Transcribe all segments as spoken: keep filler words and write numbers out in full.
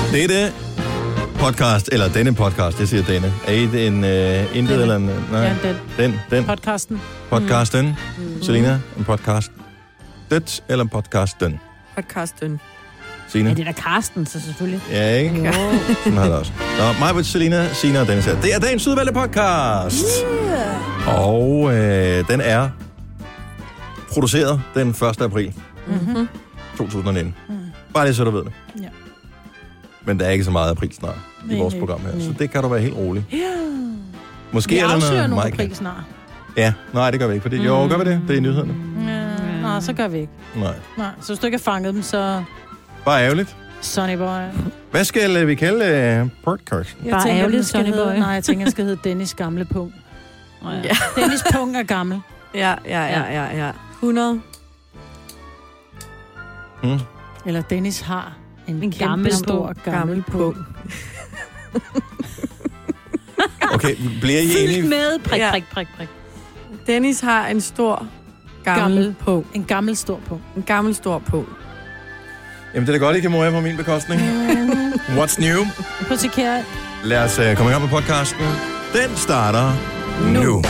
Dette podcast, eller denne podcast, det siger denne. Er I en uh, intet eller en... Nej, ja, den. Den, den. Podcasten. Podcasten. Mm. Selina, en podcast. Dødt eller podcasten? Podcasten. Signe? Ja, det er da Karsten, så selvfølgelig. Ja, ikke? Jo. Sådan har det også. Nå, mig med Selina, Signe og Dennis her. Det er dagens udvalgte podcast. Yeah. Og øh, den er produceret den første april Mm-hmm. to tusind nitten. Mm. Bare lige så du ved det. Ja. Men der er ikke så meget april snart i vores program her, så det kan du være helt rolig. Ja. Måske vi er der afslører noget nogle Mike. april snart. Ja, nej, det gør vi ikke, for det, jo, gør vi det? Det er i nyhederne. Ja. Nej, så gør vi ikke. Nej. Nej, så hvis du ikke har fanget dem, så... Bare ærgerligt. Sonny Boy. Hvad skal vi kalde uh, podcast? Jeg Bare tænker, ærgerligt den skal skal hedde... hedde- Nej, jeg tænker, jeg skal hedde Dennis gamle punkt. Oh, ja. Ja. Dennis punkt er gammel. Ja, ja, ja, ja, ja. hundrede. Hmm? Eller Dennis har en, En kæmpe gammel, stor gammel punkt. Okay, bliver I enige? Med prik, Ja. prik, prik, prik. Dennis har en stor gammel, Gammel. punkt. En gammel stor punkt. En gammel stor punkt. Jamen, det er da godt, I kan morre på min bekostning. What's new? På til kære. Lad os uh, komme i gang med podcasten. Den starter nu. nu.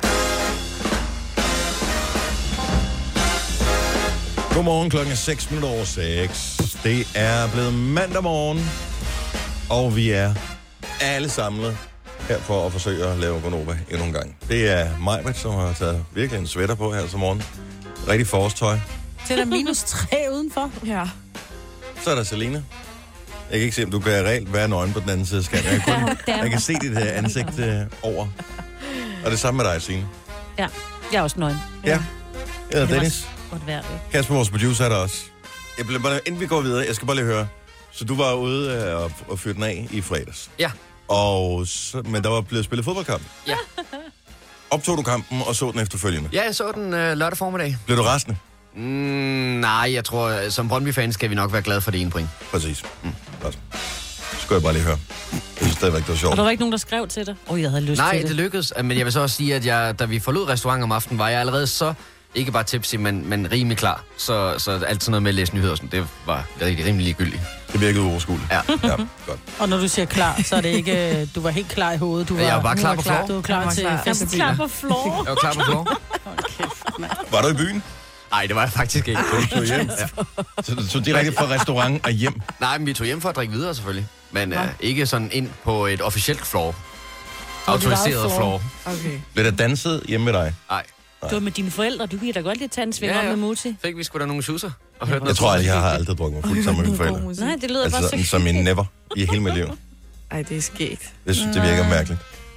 Godmorgen, klokken er seks minutter over seks. Det er blevet mandag morgen, og vi er alle samlet her for at forsøge at lave Gonova endnu en gang. Det er Majbert, som har taget virkelig en sweater på her til morgen. Rigtig forårstøj. Til der minus tre udenfor. Ja. Så er der Selina. Jeg kan ikke se, om du kan reelt være nøgen på den anden side af skærmen. Jeg, kan kun, jeg kan se dit uh, ansigt uh, over. Og det samme med dig, Signe. Ja, jeg er også nøgen. Ja. Jeg hedder Det er Dennis. Godt være det. Kasper, vores producer, er der også. Jeg bliver bare, inden vi går videre, jeg skal bare lige høre. Så du var ude øh, og, og fyrte den af i fredags. Ja. Og så, men der var blevet spillet fodboldkamp. Ja. Optog du kampen og så den efterfølgende? Ja, jeg så den øh, lørdag formiddag. Blev du rasende? Mm, nej, jeg tror, øh, som Brøndby-fan skal vi nok være glade for det ene point. Præcis. Mm. Godt. Så skal jeg bare lige høre. Jeg synes stadigvæk, det var sjovt. Og der var ikke nogen, der skrev til dig? Åh, oh, jeg havde lyst Nej, til det. det lykkedes, men jeg vil så også sige, at jeg, da vi forlod restauranten om aftenen, var jeg allerede så, ikke bare tipsy, men, men rimelig klar. Så, så alt sådan noget med at læse nyheder, sådan, det var rigtig rimelig ligegyldigt. Det virkede uoverskueligt. Ja. Ja, godt. Og når du siger klar, så er det ikke... Du var helt klar i hovedet. Du var, Jeg var bare du klar på floor. Du var klar Jeg var til klar. fest. Jeg var klar på floor. Jeg var klar på floor. Var du i byen? Nej, det var jeg faktisk ikke. Du tog hjem? Ja. Så du tog direkte fra restaurant og hjem? Nej, men vi tog hjem for at drikke videre selvfølgelig. Men øh, ikke sådan ind på et officielt floor. Autoriseret floor. Okay. Blev der danset hjemme med dig? Nej. Du var med dine forældre. Du kan da godt lige tage en sving Ja, om ja. med Muti. Fik vi sgu da nogle schusser og hørte Jeg noget. tror aldrig, jeg har aldrig drukket mig fuld sammen med mine forældre. Nej, det lyder Altså bare sådan, så... som en never i hele mit liv. Ej, det er skægt. Jeg synes, det virker mærkeligt.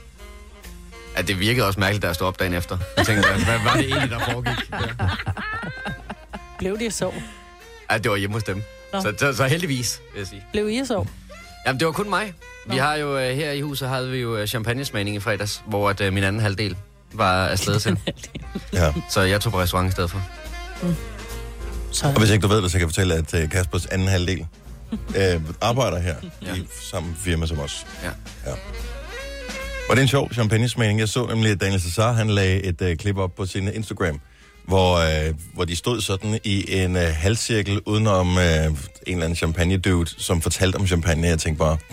Ja, det virkede også mærkeligt, da jeg stod op dagen efter. Jeg tænkte, hvad var det egentlig, der foregik? Ja. Blev det så? Ja, det var hjemme hos dem. Så, så, så heldigvis, vil jeg sige. Blev I så? Jamen, det var kun mig. Vi har jo øh, her i huset havde vi jo øh, champagnesmagning i fredags, hvor at, øh, min anden halvdel var afsted til. Ja. Så jeg tog på restaurant i stedet for. Så Og hvis ikke du ved det, så kan jeg fortælle, at uh, Kaspers anden halvdel øh, arbejder her Ja. i samme firma som os. Ja. Ja. Og det er en sjov champagnesmagning. Jeg så nemlig, at Daniel Cesar, han lagde et uh, klip op på sin Instagram, hvor, uh, hvor de stod sådan i en uh, halvcirkel udenom uh, en eller anden champagne-dude, som fortalte om champagne. Jeg tænkte bare,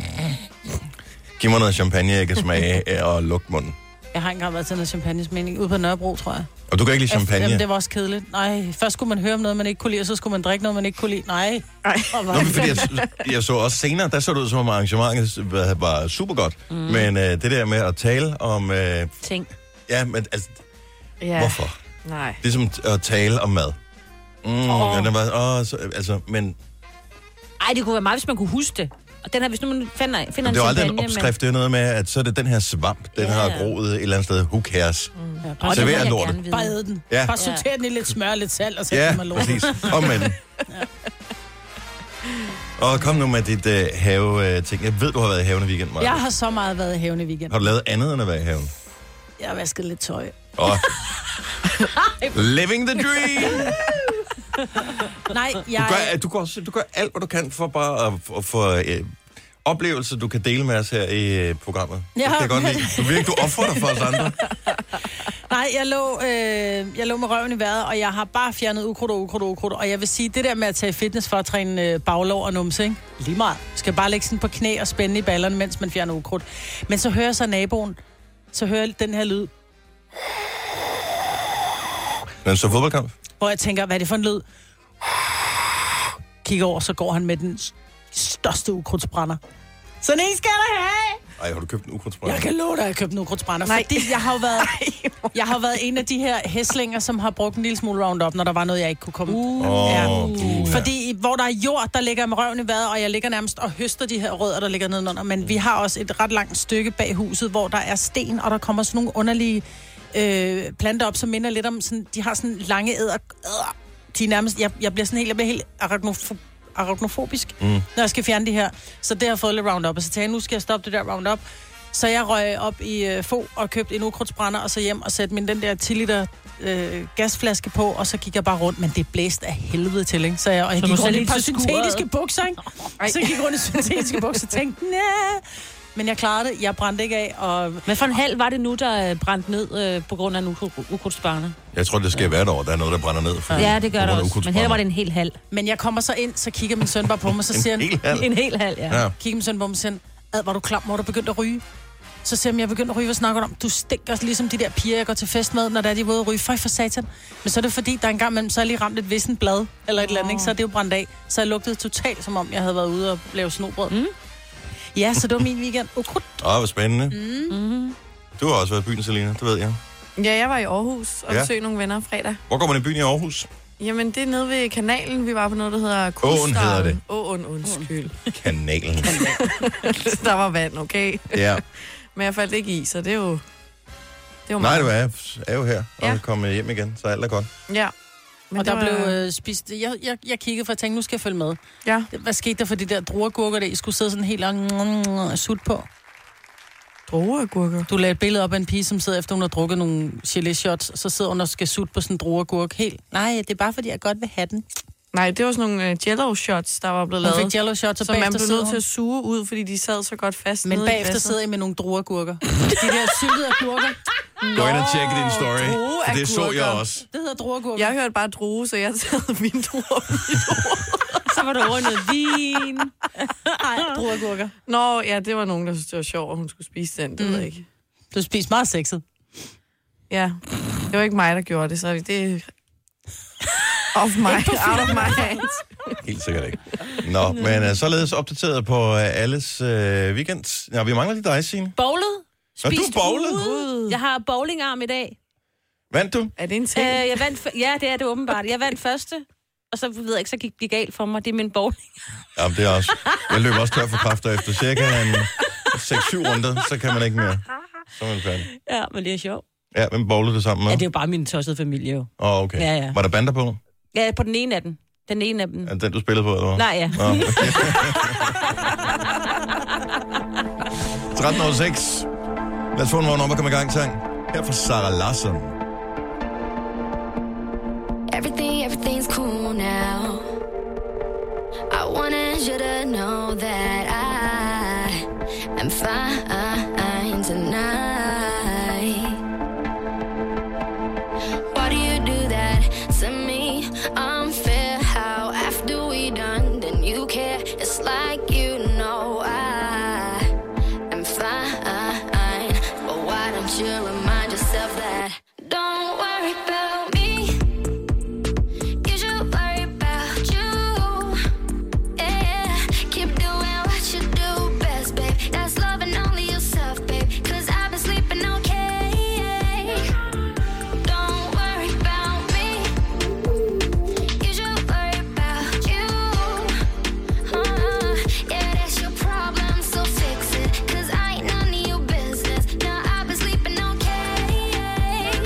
giv mig noget champagne, jeg kan smage uh, og lukke munden. jeg har ikke engang været til noget champagnesmagning ude på Nørrebro, tror jeg. Og du kan ikke lide champagne? Jamen, det var også kedeligt. Nej, først skulle man høre om noget, man ikke kunne lide, og så skulle man drikke noget, man ikke kunne lide. Nej. Ej. Og Nå, men fordi jeg, jeg så også senere, der så det ud som om arrangementet var, var super godt. Mm. Men uh, det der med at tale om... Uh, Ting. ja, men altså, Ja. hvorfor? Nej. Det er som at tale om mad. Mm, oh. ja, det var, åh, så, altså, men Ej, det kunne være meget, hvis man kunne huske det. Og den her, hvis nu man finder, finder det er jo en aldrig en champagne, opskrift. Det er noget med, at så er det den her svamp, den Ja. har groet et eller andet sted. Who cares? Men... Ja, Og bare, det Server vil jeg lortet. gerne vide. bare æde den. Ja. Bare sortere den i lidt smør, lidt salt, og så Ja, kan man lort. præcis. Kom med den. Og kom nu med dit uh, have-ting. Jeg ved, du har været i haven i weekenden, Maja. Jeg har så meget været i haven i weekenden. Har du lavet andet end at være i haven? Jeg har vasket lidt tøj. Oh. Living the dream! Nej, Du jeg... gør, du, gør, du gør alt, hvad du kan for bare at, at få øh, oplevelser, du kan dele med os her i øh, programmet. Ja. Det kan jeg godt lide. Du virker, du offrer dig for os andre. Nej, jeg lå, øh, jeg lå med røven i vejret, og jeg har bare fjernet ukrudt og ukrudt og ukrudt. Og jeg vil sige, det der med at tage fitness for at træne øh, baglov og numse, ikke? Lige meget. Skal bare lægge sådan på knæ og spænde i ballerne, mens man fjerner ukrudt. Men så hører jeg så naboen, så hører jeg den her lyd. Men så fodboldkamp? Hvor jeg tænker, hvad er det for en lyd? Kigger over, så går han med den største ukrudtsbrænder. Sådan en skal der have! Ej, har du købt en ukrudtsbrænder? Jeg kan love dig, at jeg har købt en ukrudtsbrænder, fordi jeg har jo været, jeg har været en af de her hæslinger, som har brugt en lille smule Roundup, når der var noget, jeg ikke kunne komme. Uh. Oh, ja. uh. Fordi hvor der er jord, der ligger jeg med røven i vejret, og jeg ligger nærmest og høster de her rødder, der ligger nedenunder. Men vi har også et ret langt stykke bag huset, hvor der er sten, og der kommer sådan nogle underlige øh, planter op, som minder lidt om sådan, de har sådan lange æder. Øh, de er nærmest, jeg, jeg bliver sådan helt, jeg bliver helt arachnofob. arachnofobisk, mm. når jeg skal fjerne det her. Så det har jeg fået lidt Roundup, og så tænkte jeg, nu skal jeg stoppe det der Roundup. Så jeg røg op i uh, Fo og købte en ukrudtsbrænder, og så hjem og satte min den der ti liter øh, gasflaske på, og så gik jeg bare rundt, men det blæste af helvede til, ikke? Så jeg, og jeg så gik rundt i et par til syntetiske bukser, ikke? Så jeg gik rundt i syntetiske bukser og tænkte, næh. Men jeg klarede det, jeg brændte ikke af. Og... Men for en halv var det nu, der brændte ned øh, på grund af en ukrudtsbrænder? Jeg tror, det sker hvert år, der er noget, der brænder ned. For, ja, det gør det også. Men her var det en hel halv. Men jeg kommer så ind, så kigger min søn bare på mig, så siger han... En hel halv? En hel halv, ja. ja. Kigger min søn på mig og siger, ad, var du klam, hvor du begyndte at ryge? Så siger han, jeg begyndte at ryge, hvad snakker du om? Du stinker ligesom de der piger, jeg går til fest med, når der er de er ude at ryge. Føj for satan. Men så er det fordi, der engang mellem, så er jeg lige ramt et vissen blad, eller et oh. eller andet, ikke? Så er det jo brændt af. Så jeg lugtede totalt, som om jeg havde været ude og lave snobrød. Mm. Ja, så det var min weekend. Ukrudt. Åh, hvor spændende. Mm. Mm. Du har også været i byen, Selina, det ved jeg. Ja, jeg var i Aarhus og ja. besøgte nogle venner fredag. Hvor går man i byen i Aarhus? Jamen, det er nede ved kanalen. Vi var på noget, der hedder Åen hedder det. Åen, undskyld. Kanalen. Der var vand, okay? Ja. Men jeg faldt ikke i, så det er jo... Det er jo Nej, du meget. er, er jo her og ja. kommer hjem igen, så alt er godt. Ja. Men og der var... blev øh, spist... Jeg, jeg, jeg kiggede for at tænke, nu skal jeg følge med. Ja. Hvad skete der for de der druergurker, der I skulle sidde sådan helt lang sut på? Druergurker? Du lagde et billede op af en pige, som sidder efter, hun har drukket nogle gelé-shots, og så sidder hun og skal sutte på sådan en druergurk helt. Nej, det er bare fordi, jeg godt vil have den. Nej, det var sådan nogle uh, jello-shots, der var blevet lavet. Hun fik jello-shots, og så man blev nødt hun... til at suge ud, fordi de sad så godt fast. Men bagefter sidder I med nogle druergurker. De der syltede agurker. Gå ind og tjekke din story. For det så jeg også. Det hedder druergurker. Jeg hørte bare druge, så jeg tager mine druer. Så var der over noget vin. Nej, druergurker. Nå, ja, det var nogen, der synes, det var sjovt, at hun skulle spise den. Det mm. ved jeg ikke. Du spiste meget sexet. Ja, det var ikke mig, der gjorde det, så det off my, out of my hands. Helt sikkert ikke. Nå, men uh, således opdateret på uh, alles uh, weekend. Ja, vi mangler lige dig, Signe. Bowlet. Nå, du bowlet? Ude. Jeg har bowlingarm i dag. Vandt du? Er det en ting? Øh, jeg vandt, ja, det er det åbenbart. Jeg vandt første, og så ved jeg ikke, så gik det galt for mig. Det er min bowling. Ja, det er også. Jeg løber også tør for kræfter efter cirka en seks syv runder, så kan man ikke mere. Så er man færdig. Ja, men det er sjovt. Ja, hvem bowlede du sammen med? Ja, det er jo bare min tossede familie jo. Åh, oh, okay. Ja, ja. Var der bander på? Ja, på den ene af dem. Den ene af dem. Er den, du spillede på, eller hvad? Nej, ja. Oh, okay. tretten nul seks. Lad os få en vågen op og komme i gang, sang. Her fra Sarah Larsson. Everything, everything's cool now. I wanted you to know that I am fine tonight. Why do you do that to me? Unfair how after we done, then you care. It's like you know I am fine. But why don't you remind yourself that? Don't worry about me. You should worry about you. Yeah, keep doing what you do best, babe. That's loving only yourself, babe. Cause I've been sleeping okay. Don't worry about me. You should worry about you. Uh, yeah, that's your problem, so fix it. Cause I ain't none of your business. Now I've been sleeping okay.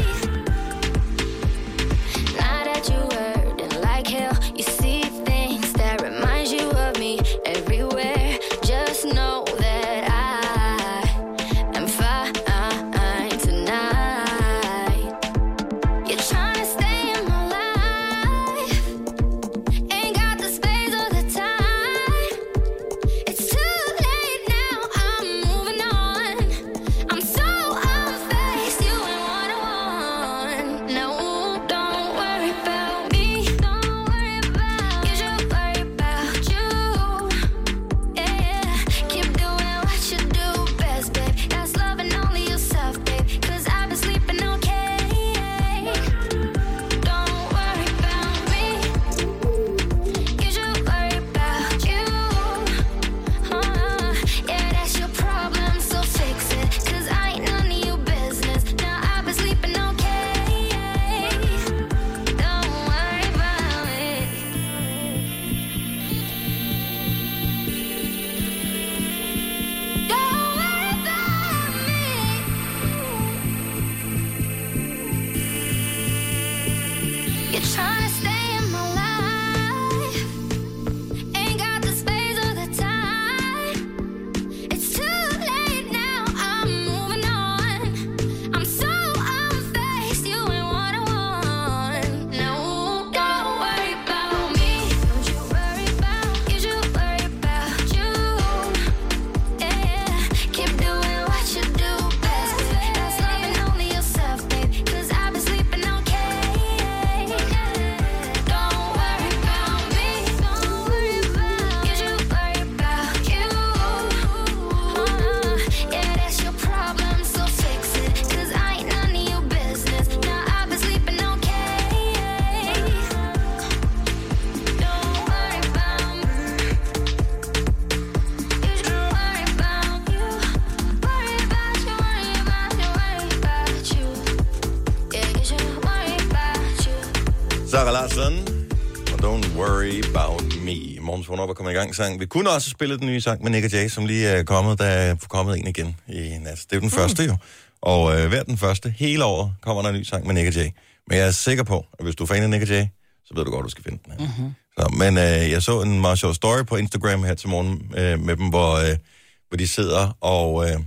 Sarah Larsson. Don't worry about me. Morgens vågn op og kommer i gang sang. Vi kunne også spille den nye sang med Nick og Jay, som lige er kommet. Der er kommet en igen i nat. Det er den mm. første jo. Og øh, hver den første hele året kommer der en ny sang med Nick og Jay. Men jeg er sikker på, at hvis du er fan af Nick og Jay, så ved du godt, du skal finde den her. Mm-hmm. Så, men øh, jeg så en meget sjov story på Instagram her til morgen øh, med dem, hvor, øh, hvor de sidder og øh,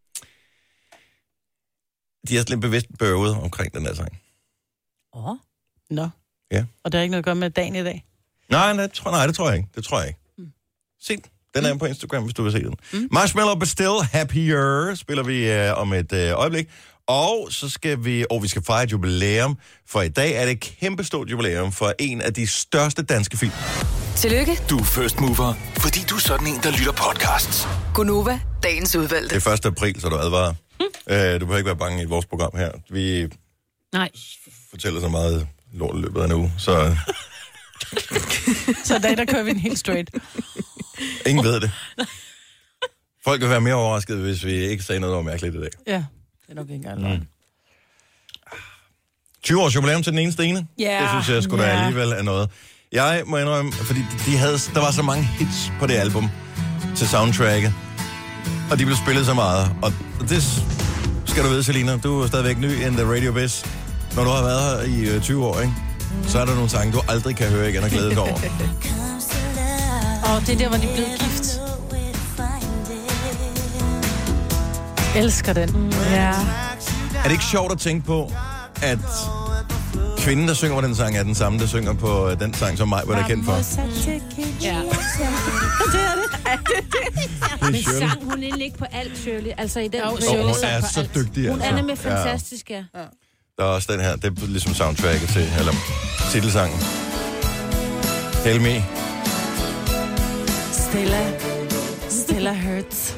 de er lidt bevidst bøvet omkring den der sang. Åh. Oh. Nå. No. Ja. Og det har ikke noget at gøre med dagen i dag? Nej, nej, det tror, nej, det tror jeg ikke. Det tror jeg ikke. Mm. Se den. Den er mm. på Instagram, hvis du vil se den. Mm. Marshmallow Bastille Happier spiller vi øh, om et øh, øjeblik. Og så skal vi, og vi skal fejre et jubilæum, for i dag er det et kæmpestort jubilæum for en af de største danske film. Tillykke. Du er first mover, fordi du er sådan en, der lytter podcasts. Gunova, dagens udvalgte. Det er første april, så du advarer. Mm. Øh, du behøver ikke være bange i vores program her. Vi Nej. fortæller så meget lort i løbet af en uge, så... Så i dag, der kører vi en helt straight. Ingen ved det. Folk vil være mere overrasket, hvis vi ikke sagde noget over mærkeligt i dag. Ja, det er nok ikke engang løgn. Mm. tyve års jubilæum til den ene Stine. Yeah. Det synes jeg sgu da Yeah. alligevel er noget. Jeg må indrømme, fordi de havde, der var så mange hits på det album til soundtracket, og de blev spillet så meget. Og det skal du vide, Selina, du er stadigvæk ny in the radio biz. Når du har været her i tyve år, ikke? Så er der nogle sange, du aldrig kan høre igen og glæde dig over. Og det er der, hvor de er blevet gift. Elsker den. Mm. Ja. Er det ikke sjovt at tænke på, at kvinden, der synger på den sang, er den samme, der synger på den sang, som mig var der kendt for? Ja. Det er det. Men sang hun egentlig ikke på alt, Shirley? Altså i den Jo, version, hun sang er på så alt. dygtig, Hun altså. er nemlig fantastisk, ja. ja. Der er også den her, det er ligesom soundtracket til, eller titelsangen. Tell me. Stella. Stella Hurts.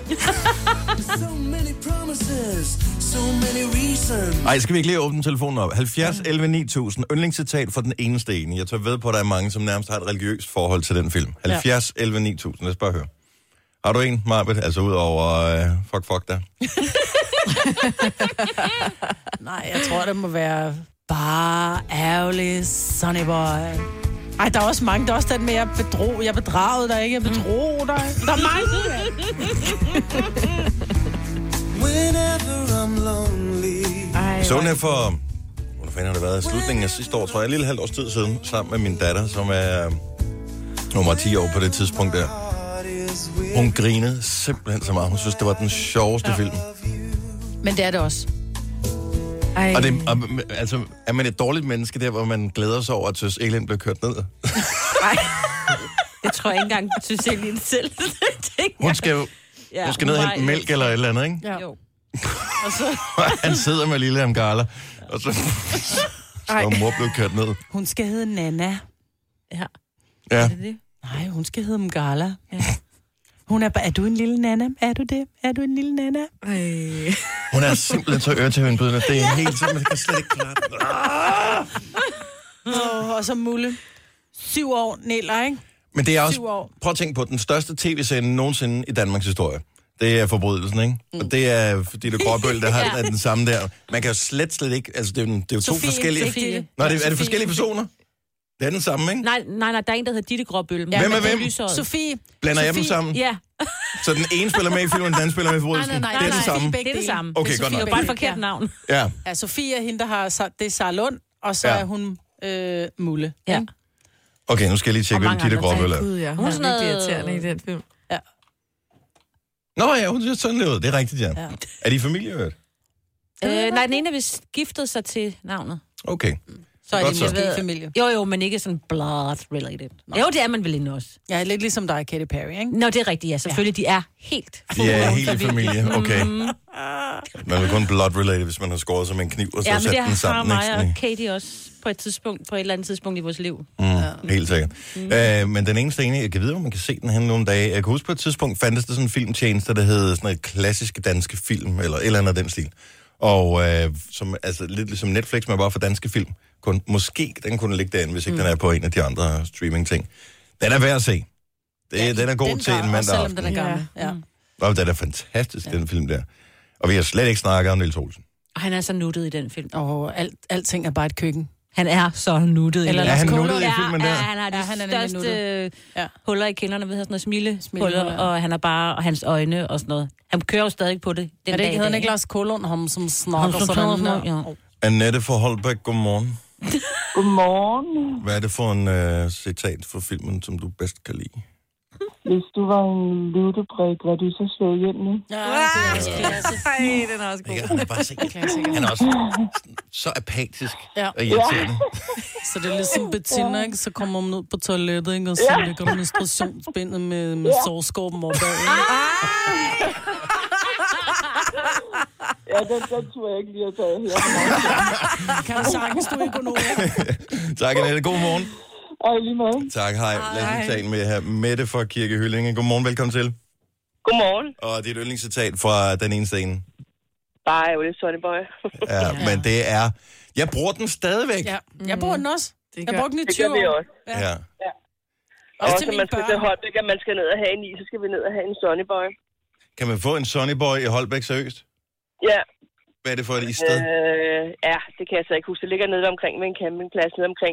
Ej, skal vi ikke lige åbne telefonen op? halvfjerds elleve ni tusind. Yndlingscitat for den eneste ene. Jeg tager ved på, at der er mange, som nærmest har et religiøst forhold til den film. halvfjerds elleve ni tusind. Lad os bare høre. Har du en, Marbet? Altså ud over uh, fuck, fuck der. Nej, jeg tror, det må være bare ærgerlig Sonny Boy. Ej, der er også mange. Der er også den med, jeg bedrog. Jeg bedragede dig ikke. Jeg bedrog dig. Der er mange. Jeg så den her for, hvor fanden har det været, slutningen af sidste år, tror jeg, et lille halvt års tid siden, sammen med min datter, som er nummer ti år på det tidspunkt der. Hun grinede simpelthen så meget. Hun synes, det var den sjoveste ja. film. Men det er det også. Ej. Og, det, og altså, er man et dårligt menneske der, hvor man glæder sig over, at Tøs Elin blev kørt ned? Nej. Det tror jeg ikke engang, synes jeg lige selv. Hun skal jo ja, hun skal ned og hente mælk eller et eller andet, ikke? Ja. Jo. Og så... Han sidder med lille Amgala, og så... så mor blev kørt ned. Hun skal hedde Nana. Ja. Ja. Er det det? Nej, hun skal hedde Mgala. Ja. Hun er bare, er du en lille Nana? Er du det? Er du en lille Nana? Ej. Hun er simpelthen så øretævindbydende. Det er ja. helt simpelthen, det kan slet ikke klare. Ah! Oh, og så Mulle. Syv år, Niller, ikke? Men det er også, prøv at tænke på, den største tv-serie nogensinde i Danmarks historie. Det er Forbrydelsen, ikke? Mm. Og det er, fordi det gråbøl, der har ja. den samme der. Man kan jo slet, slet ikke, altså det er jo, det er jo Sofie, to forskellige... Sofie. Nå, er det, er det forskellige personer? Det er den samme, ikke? Nej, nej, nej, der er en, der hedder Ditte Gråbøl. Ja, hvem er hvem? Lysåret. Sofie. Blander Sofie. jeg dem sammen? Ja. Så den ene spiller med i filmen, den anden spiller med i Forbrydelsen? Nej, nej, nej, det er nej, det samme? nej, Det er det samme. Okay, det er godt nok. Det er bare et forkert navn. Ja. Ja, Sofie er hende, der har sagt, det er Sara Lund, og så ja. er hun øh, Mulle. Ja. Okay, nu skal jeg lige tjekke, hvem Ditte Gråbøl er. Gud, ja. Hun er sådan noget irriterende i den film. Ja. Nå ja, hun ser sådan lidt ud. Det er rigtigt, ja. ja. Er de i familie, hørt? Øh, nej, den ene er vist giftet sig til navnet. Okay. Så er Godt det så. måske familie. Jo, jo, men ikke sådan blood-related. Jo, det er man vel endnu også. Ja, lidt ligesom dig, Katy Perry, ikke? Nå, det er rigtigt, ja. Selvfølgelig, ja. de er helt... De er helt i familie, okay. Man vil kun blood-related, hvis man har skåret sig med en kniv, og så ja, sat den sammen. Ja, men det har mig og Katie også på et tidspunkt, på et eller andet tidspunkt i vores liv. Mm, ja. Helt sikkert. Mm. Øh, men den eneste ene, jeg kan vide, om man kan se den hen nogle dage. Jeg kan huske på et tidspunkt, fandtes der sådan en filmtjeneste, der hed sådan et klassiske danske film, eller et eller andet af den stil. Og øh, som, altså, lidt ligesom Netflix, men bare for danske film. Kun, måske den kunne ligge derinde, hvis ikke mm. den er på en af de andre streaming-ting. Den er værd at se. Det, ja, den er god den til en mandag selvom aften. den er gammel. Ja. Ja. Og den er fantastisk, ja. Den film der. Og vi har slet ikke snakket om Niels Olsen. Og han er så nuttet i den film. Og alt, alting er bare et køkken. Han er så nuttet. Eller Er Lars han Kålund? nuttet i filmen ja, der? Ja, han har de Ja, ja, han er nemlig største nuttet. Ja. huller i kinderne, ved jeg, sådan noget smile, Smilehuller, huller, ja. og han er bare, og hans øjne og sådan noget. Han kører jo stadig på det. Den Er det dag ikke, i hedder han dag, ikke Lars Kålund, ham som snakker Ham, som sådan snakker der? sådan, ja. Annette for Holbæk, godmorgen. Godmorgen. Hvad er det for en uh, citat for filmen, som du bedst kan lide? Hvis du var en lutebrik, var du så slået hjem nu? Ja, det er også klasse. Ej, den er også god. Ikke? Han er bare så, han er også så apatisk Ja. og irriterende. Så det er ligesom Bettina, ikke? Så kommer man ud på toilettet, ikke? Og så Ja. lægger menstruationsbindet med, med Ja. sårskorpen opad. Ja, den, den tror jeg ikke lige at tage her. Kan du sagtens, du ikke gå Tak, Annette. God morgen. Og i lige måde. Tak, hej. Lad os lige tale med her. Mette fra Kirke Hyllinge. Godmorgen, velkommen til. Godmorgen. Og det er et yndlingscitat fra den ene scene. Bare jo det, Sonny Boy. Ja, ja, men det er... Jeg bruger den stadigvæk. Ja, jeg bruger den også. Det Jeg gør- brugte den i Det tyve gør vi år. også. Ja. Og Også også, til når mine man skal til børn. Holbæk, og man skal ned og have en i, så skal vi ned og have en Sonny Boy. Kan man få en Sonny Boy i Holbæk seriøst? Ja. Hvad er det for et sted? Øh, ja, det kan jeg så ikke huske. Det ligger nede omkring med en campingplads nede omkring.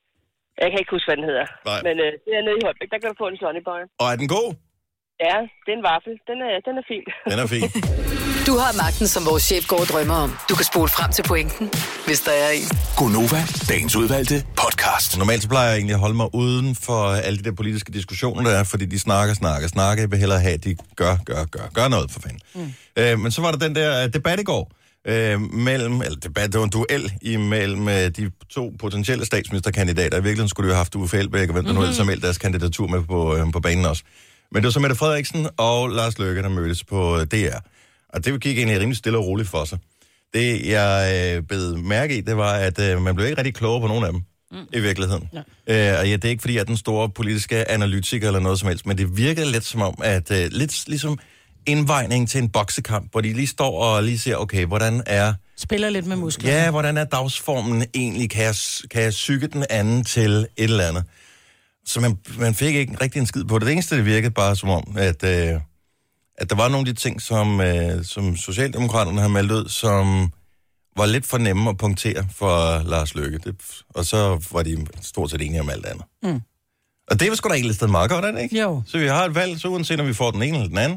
Jeg kan ikke huske, hvad den hedder. Nej. Men øh, det er nede i Holbæk, der kan du få en Sonny Boy. Og er den god? Ja, det er en vaffel. Den er, den er fin. Den er fin. Du har magten, som vores chef går og drømmer om. Du kan spole frem til pointen, hvis der er en. Gonova, dagens udvalgte podcast. Normalt så plejer jeg egentlig at holde mig uden for alle de der politiske diskussioner, der er, fordi de snakker, snakker, snakker. Jeg vil hellere have, at de gør, gør, gør, gør noget for fanden. Mm. Øh, men så var der den der debat i går, øh, mellem, eller debat, det var en duel imellem øh, de to potentielle statsministerkandidater. I virkeligheden skulle de jo have haft Uffe Elbæk, og hvem der mm-hmm. nu ellers har meldt deres kandidatur med på, øh, på banen også. Men det var så Mette Frederiksen og Lars Løkke, der mødtes på D R. Og det gik egentlig rimelig stille og roligt for sig. Det, jeg øh, bed mærke i, det var, at øh, man blev ikke rigtig klogere på nogen af dem, mm. i virkeligheden. Ja. Øh, og ja, det er ikke, fordi jeg er den store politiske analytiker eller noget som helst, men det virkede lidt som om, at øh, lidt ligesom indvejning til en boksekamp, hvor de lige står og lige ser, okay, hvordan er... Spiller lidt med muskler. Ja, hvordan er dagsformen egentlig? Kan jeg, kan jeg psyke den anden til et eller andet? Så man, man fik ikke rigtig en skid på det. Det eneste, det virkede bare som om, at... Øh, at der var nogle af de ting, som, øh, som Socialdemokraterne har meldt ud, som var lidt for nemme at punktere for Lars Løkke. Det, og så var de stort set enige om alt andet. Mm. Og det var sgu da egentlig et sted meget godt, er det ikke? Jo. Så vi har et valg, så uanset om vi får den ene eller den anden,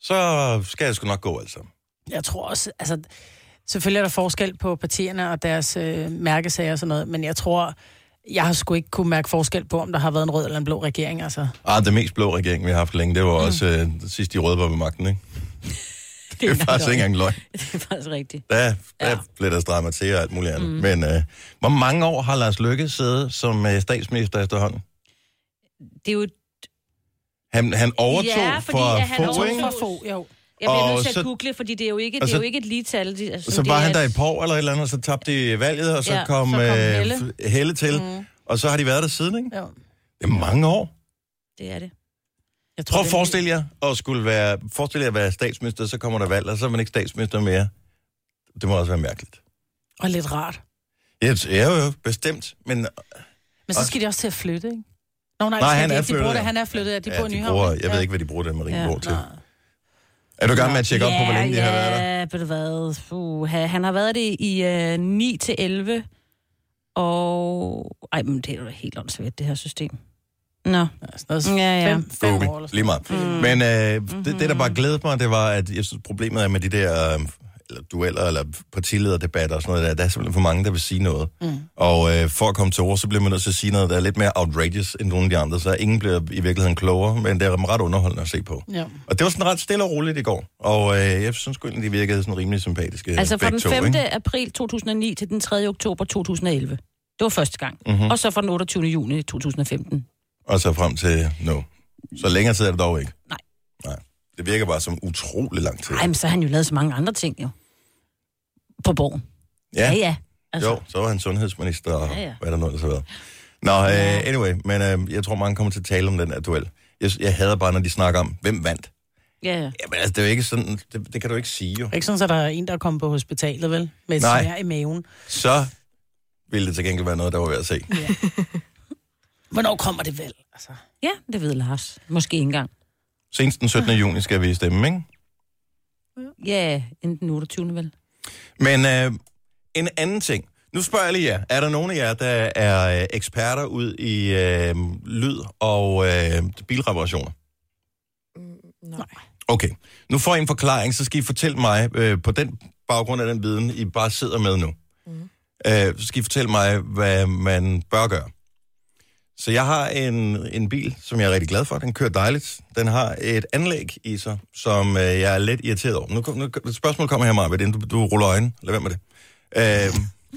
så skal jeg sgu nok gå altså. Jeg tror også, altså... Selvfølgelig er der forskel på partierne og deres øh, mærkesager og sådan noget, men jeg tror... Jeg har sgu ikke kunne mærke forskel på, om der har været en rød eller en blå regering, altså. Ah, det mest blå regering, vi har haft længe, det var mm. også øh, sidst de røde var ved magten, ikke? Det, det er faktisk ikke engang løgn. Det er faktisk rigtigt. Der, der Ja. blev der strammet til og alt muligt andet. Mm. Men øh, hvor mange år har Lars Løkke siddet som øh, statsminister efterhånden? Det er jo... Han, han overtog Ja, fordi for at han få, overtog ikke? For få, jo. Jeg bliver Og nødt til så- at google, fordi det er jo ikke, og det så- er jo ikke et ligetal. Det, altså, Og så det var er han der et- et par år eller et eller andet, og så tabte de valget, og så Ja, kom, så kom øh, Helle. f- Helle til. Mm. Og så har de været der siden, ikke? Jo. Det er mange år. Det er det. Jeg Prøv at det er- forestille jer at skulle være, forestille jer at være statsminister, så kommer der valg, og så er man ikke statsminister mere. Det må også være mærkeligt. Og lidt rart. Ja, ja, jo, bestemt, men Men så skal de også til at flytte, ikke? Nå, nej, Nej, skal han de, er ikke. de bruger flyttet, det. ja. Han er flyttet, at de ja, bor i de Nyhavn. bruger, ikke? jeg ved Ja. ikke, hvad de bruger det Marienborg Ja, til. nej. Er du i gang med at tjekke op på, hvor længe de har været der? Ja, ved du hvad? Uh, han har været det i uh, ni til elleve, og... Ej, men det er jo da helt åndssvagt, det her system. Nå. Ja, sådan noget Ja, ja. Fem, fem år Google, eller sådan lige meget. Mm. Men øh, mm-hmm. det, det, der bare glædede mig, det var, at jeg synes, problemet er med de der øh, eller dueller eller partilederdebatter og sådan noget der, der er simpelthen for mange, der vil sige noget. Mm. Og øh, for at komme til ord, så bliver man nødt til at sige noget, der er lidt mere outrageous end nogle af de andre, så ingen bliver i virkeligheden klogere, men det er ret underholdende at se på. Ja. Og det var sådan ræt stille og roligt i går, og øh, jeg synes sgu egentlig, de virkede sådan rimelig sympatiske. Altså fra begge den to, femte ikke? april to tusind og ni til den tredje oktober to tusind og elleve. Det var første gang. Mhm. Og så fra den otteogtyvende juni to tusind og femten. Og så frem til nu. Så længere tid er det dog ikke. Nej. Nej. Det virker bare som utrolig lang tid. Ej, men så har han jo lavet så mange andre ting, jo. På borgen. Ja, ja. Altså. Jo, så var han sundhedsminister, og Ja, ja. hvad der nu ellers har været. Nå, uh, anyway, men uh, jeg tror, mange kommer til at tale om den her duel. Jeg, jeg hader bare, når de snakker om, hvem vandt. Ja, ja. Jamen, altså, det er jo ikke sådan, det, det kan du ikke sige, jo. Ikke sådan, at der er en, der er kommet på hospitalet, vel? Med et Nej. svær i maven. Så ville det til gengæld være noget, der var ved at se. Hvornår kommer det vel? Altså. Ja, det ved Lars. Måske ikke engang. Senest den syttende juni skal vi stemme, ikke? Ja, enten den otteogtyvende vel. Men uh, en anden ting. Nu spørger jeg lige jer. Er der nogen af jer, der er øh, eksperter ud i øh, lyd og øh, bilreparationer? Mm, nej. Okay. Nu får I en forklaring, så skal I fortælle mig, øh, på den baggrund af den viden, I bare sidder med nu, mm. øh, så skal I fortælle mig, hvad man bør gøre. Så jeg har en, en bil, som jeg er rigtig glad for. Den kører dejligt. Den har et anlæg i sig, som øh, jeg er lidt irriteret over. Nu, nu spørgsmål kommer her, Maja, inden du, du ruller øjnene. Lad være med det. Øh,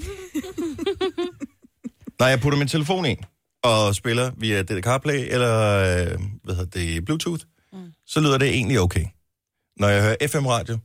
når jeg putter min telefon ind og spiller via D D CarPlay eller øh, hvad hedder det, Bluetooth, mm. så lyder det egentlig okay. Når jeg hører F M-radio,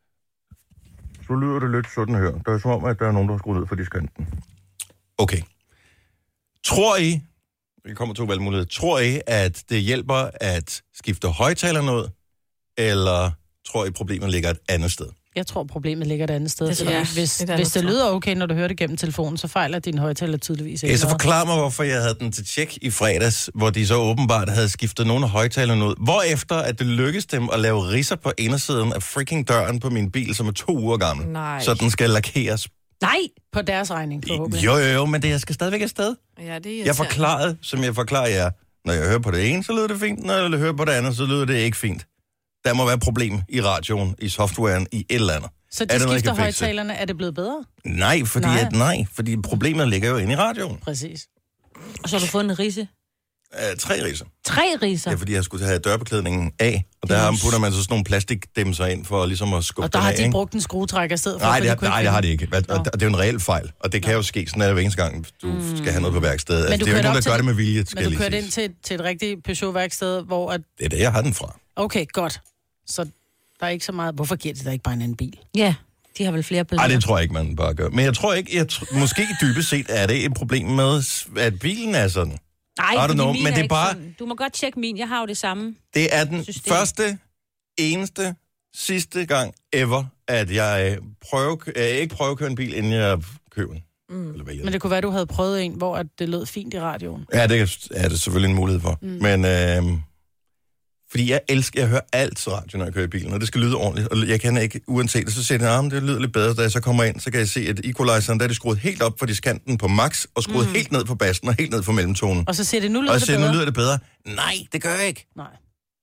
så lyder det lidt sådan her. Det er som om, at der er nogen, der har skruet ned for diskanten. Okay. Tror I, vi kommer to valgmuligheder, tror I, at det hjælper at skifte højtaler noget, eller tror I, problemet ligger et andet sted? Jeg tror, problemet ligger et andet sted. Det, Ja, hvis, det hvis det lyder okay, når du hører det gennem telefonen, så fejler din højtaler tydeligvis ikke. Ja, så forklar mig, hvorfor jeg havde den til tjek i fredags, hvor de så åbenbart havde skiftet nogle af højtalerne ud. Hvorefter at det lykkedes dem at lave ridser på indersiden af freaking døren på min bil, som er to uger gammel. Nej. Så den skal lakeres. Nej, på deres regning, forhåbentlig. Jo, jo, jo, men det jeg skal stadigvæk afsted. Ja, det er Jeg forklarede, som jeg forklarer jer. Når jeg hører på det ene, så lyder det fint. Når jeg hører på det andet, så lyder det ikke fint. Der må være et problem i radioen, i softwaren, i et eller andet. Så de skifter højtalerne, er det blevet bedre? Nej, fordi nej. At, nej, fordi problemet ligger jo inde i radioen. Præcis. Og så har du fået en rise? Uh, tre riser. Tre riser? Ja, fordi jeg skulle have dørbeklædningen af, og der yes. putter man så sådan nogle plastikdæmser ind for ligesom at skubbe og der den har af, de ikke? brugt en skruetrækker i stedet for. Nej, det, har, de nej det har de ikke. Og, og, og det er jo en reel fejl, og det kan Nå. jo ske. Sådan er det hver eneste gang, du mm. skal have noget på værkstedet. Altså, det er jo ikke nogen, der gør det med vilje, skal Men du kørte ind til, til et rigtigt Peugeot-værksted, hvor... At... Det er det, jeg har den fra. Okay, godt. Så der er ikke så meget... Hvorfor giver de der ikke bare en anden bil? Ja, de har vel flere billeder. Nej, det tror jeg ikke, man bare gør. Men jeg tror ikke... Jeg tr- måske dybest set er det et problem med, at bilen er sådan. Nej, know, min men er det er bare... sådan. Du må godt tjekke min. Jeg har jo det samme. Det er den system. Første, eneste, sidste gang ever, at jeg prøver, jeg ikke prøver at køre en bil, inden jeg køber den. Mm. Eller men det kunne være, at du havde prøvet en, hvor det lød fint i radioen. Ja, det er det selvfølgelig en mulighed for. Mm. Men... Øh, Fordi jeg elsker, jeg hører alt radio, når jeg kører i bilen, og det skal lyde ordentligt, og jeg kan ikke, uanset det, så siger jeg, at det lyder lidt bedre, da jeg så kommer ind, så kan jeg se, at equalizeren, der er det skruet helt op for diskanten på max, og skruet mm. helt ned på bassen, og helt ned på mellemtonen. Og så siger det, nu lyder og det siger, bedre. nu lyder det bedre. Nej, det gør jeg ikke. Nej.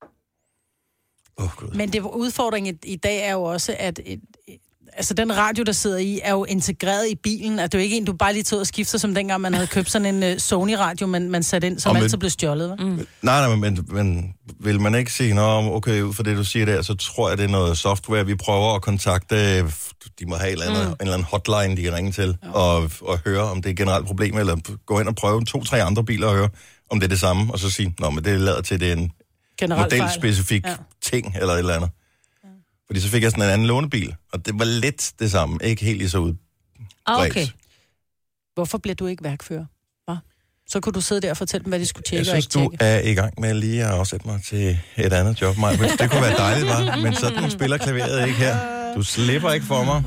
Oh, God. Men det udfordringen i, i dag er jo også, at et, altså den radio, der sidder i, er jo integreret i bilen. At det er jo ikke en, du bare lige tager og skifter, som dengang man havde købt sådan en uh, Sony-radio, man, man satte ind, som men, altid blev stjålet. Mm. Nej, nej, men, men vil man ikke sige, nå, okay, ud for det, du siger der, så tror jeg, det er noget software, vi prøver at kontakte. De må have en eller anden, mm. en eller anden hotline, de kan ringe til, ja. og, og høre, om det er et generelt problem, eller gå hen og prøve to-tre andre biler og høre, om det er det samme, og så sige, nå, men det lader til, det er en generelt modelspecifik ja. ting, eller et eller andet. Fordi så fik jeg sådan en anden lånebil, og det var lidt det samme. Ikke helt lige så ud. Ah, okay. Hvorfor bliver du ikke værkfører? Hva? Så kunne du sidde der og fortælle dem, hvad de skulle tjekke og ikke tjekke. Jeg synes, du er i gang med lige at afsætte mig til et andet job, Maja. Det kunne være dejligt, var, men sådan spiller klaveret ikke her. Du slipper ikke for mig.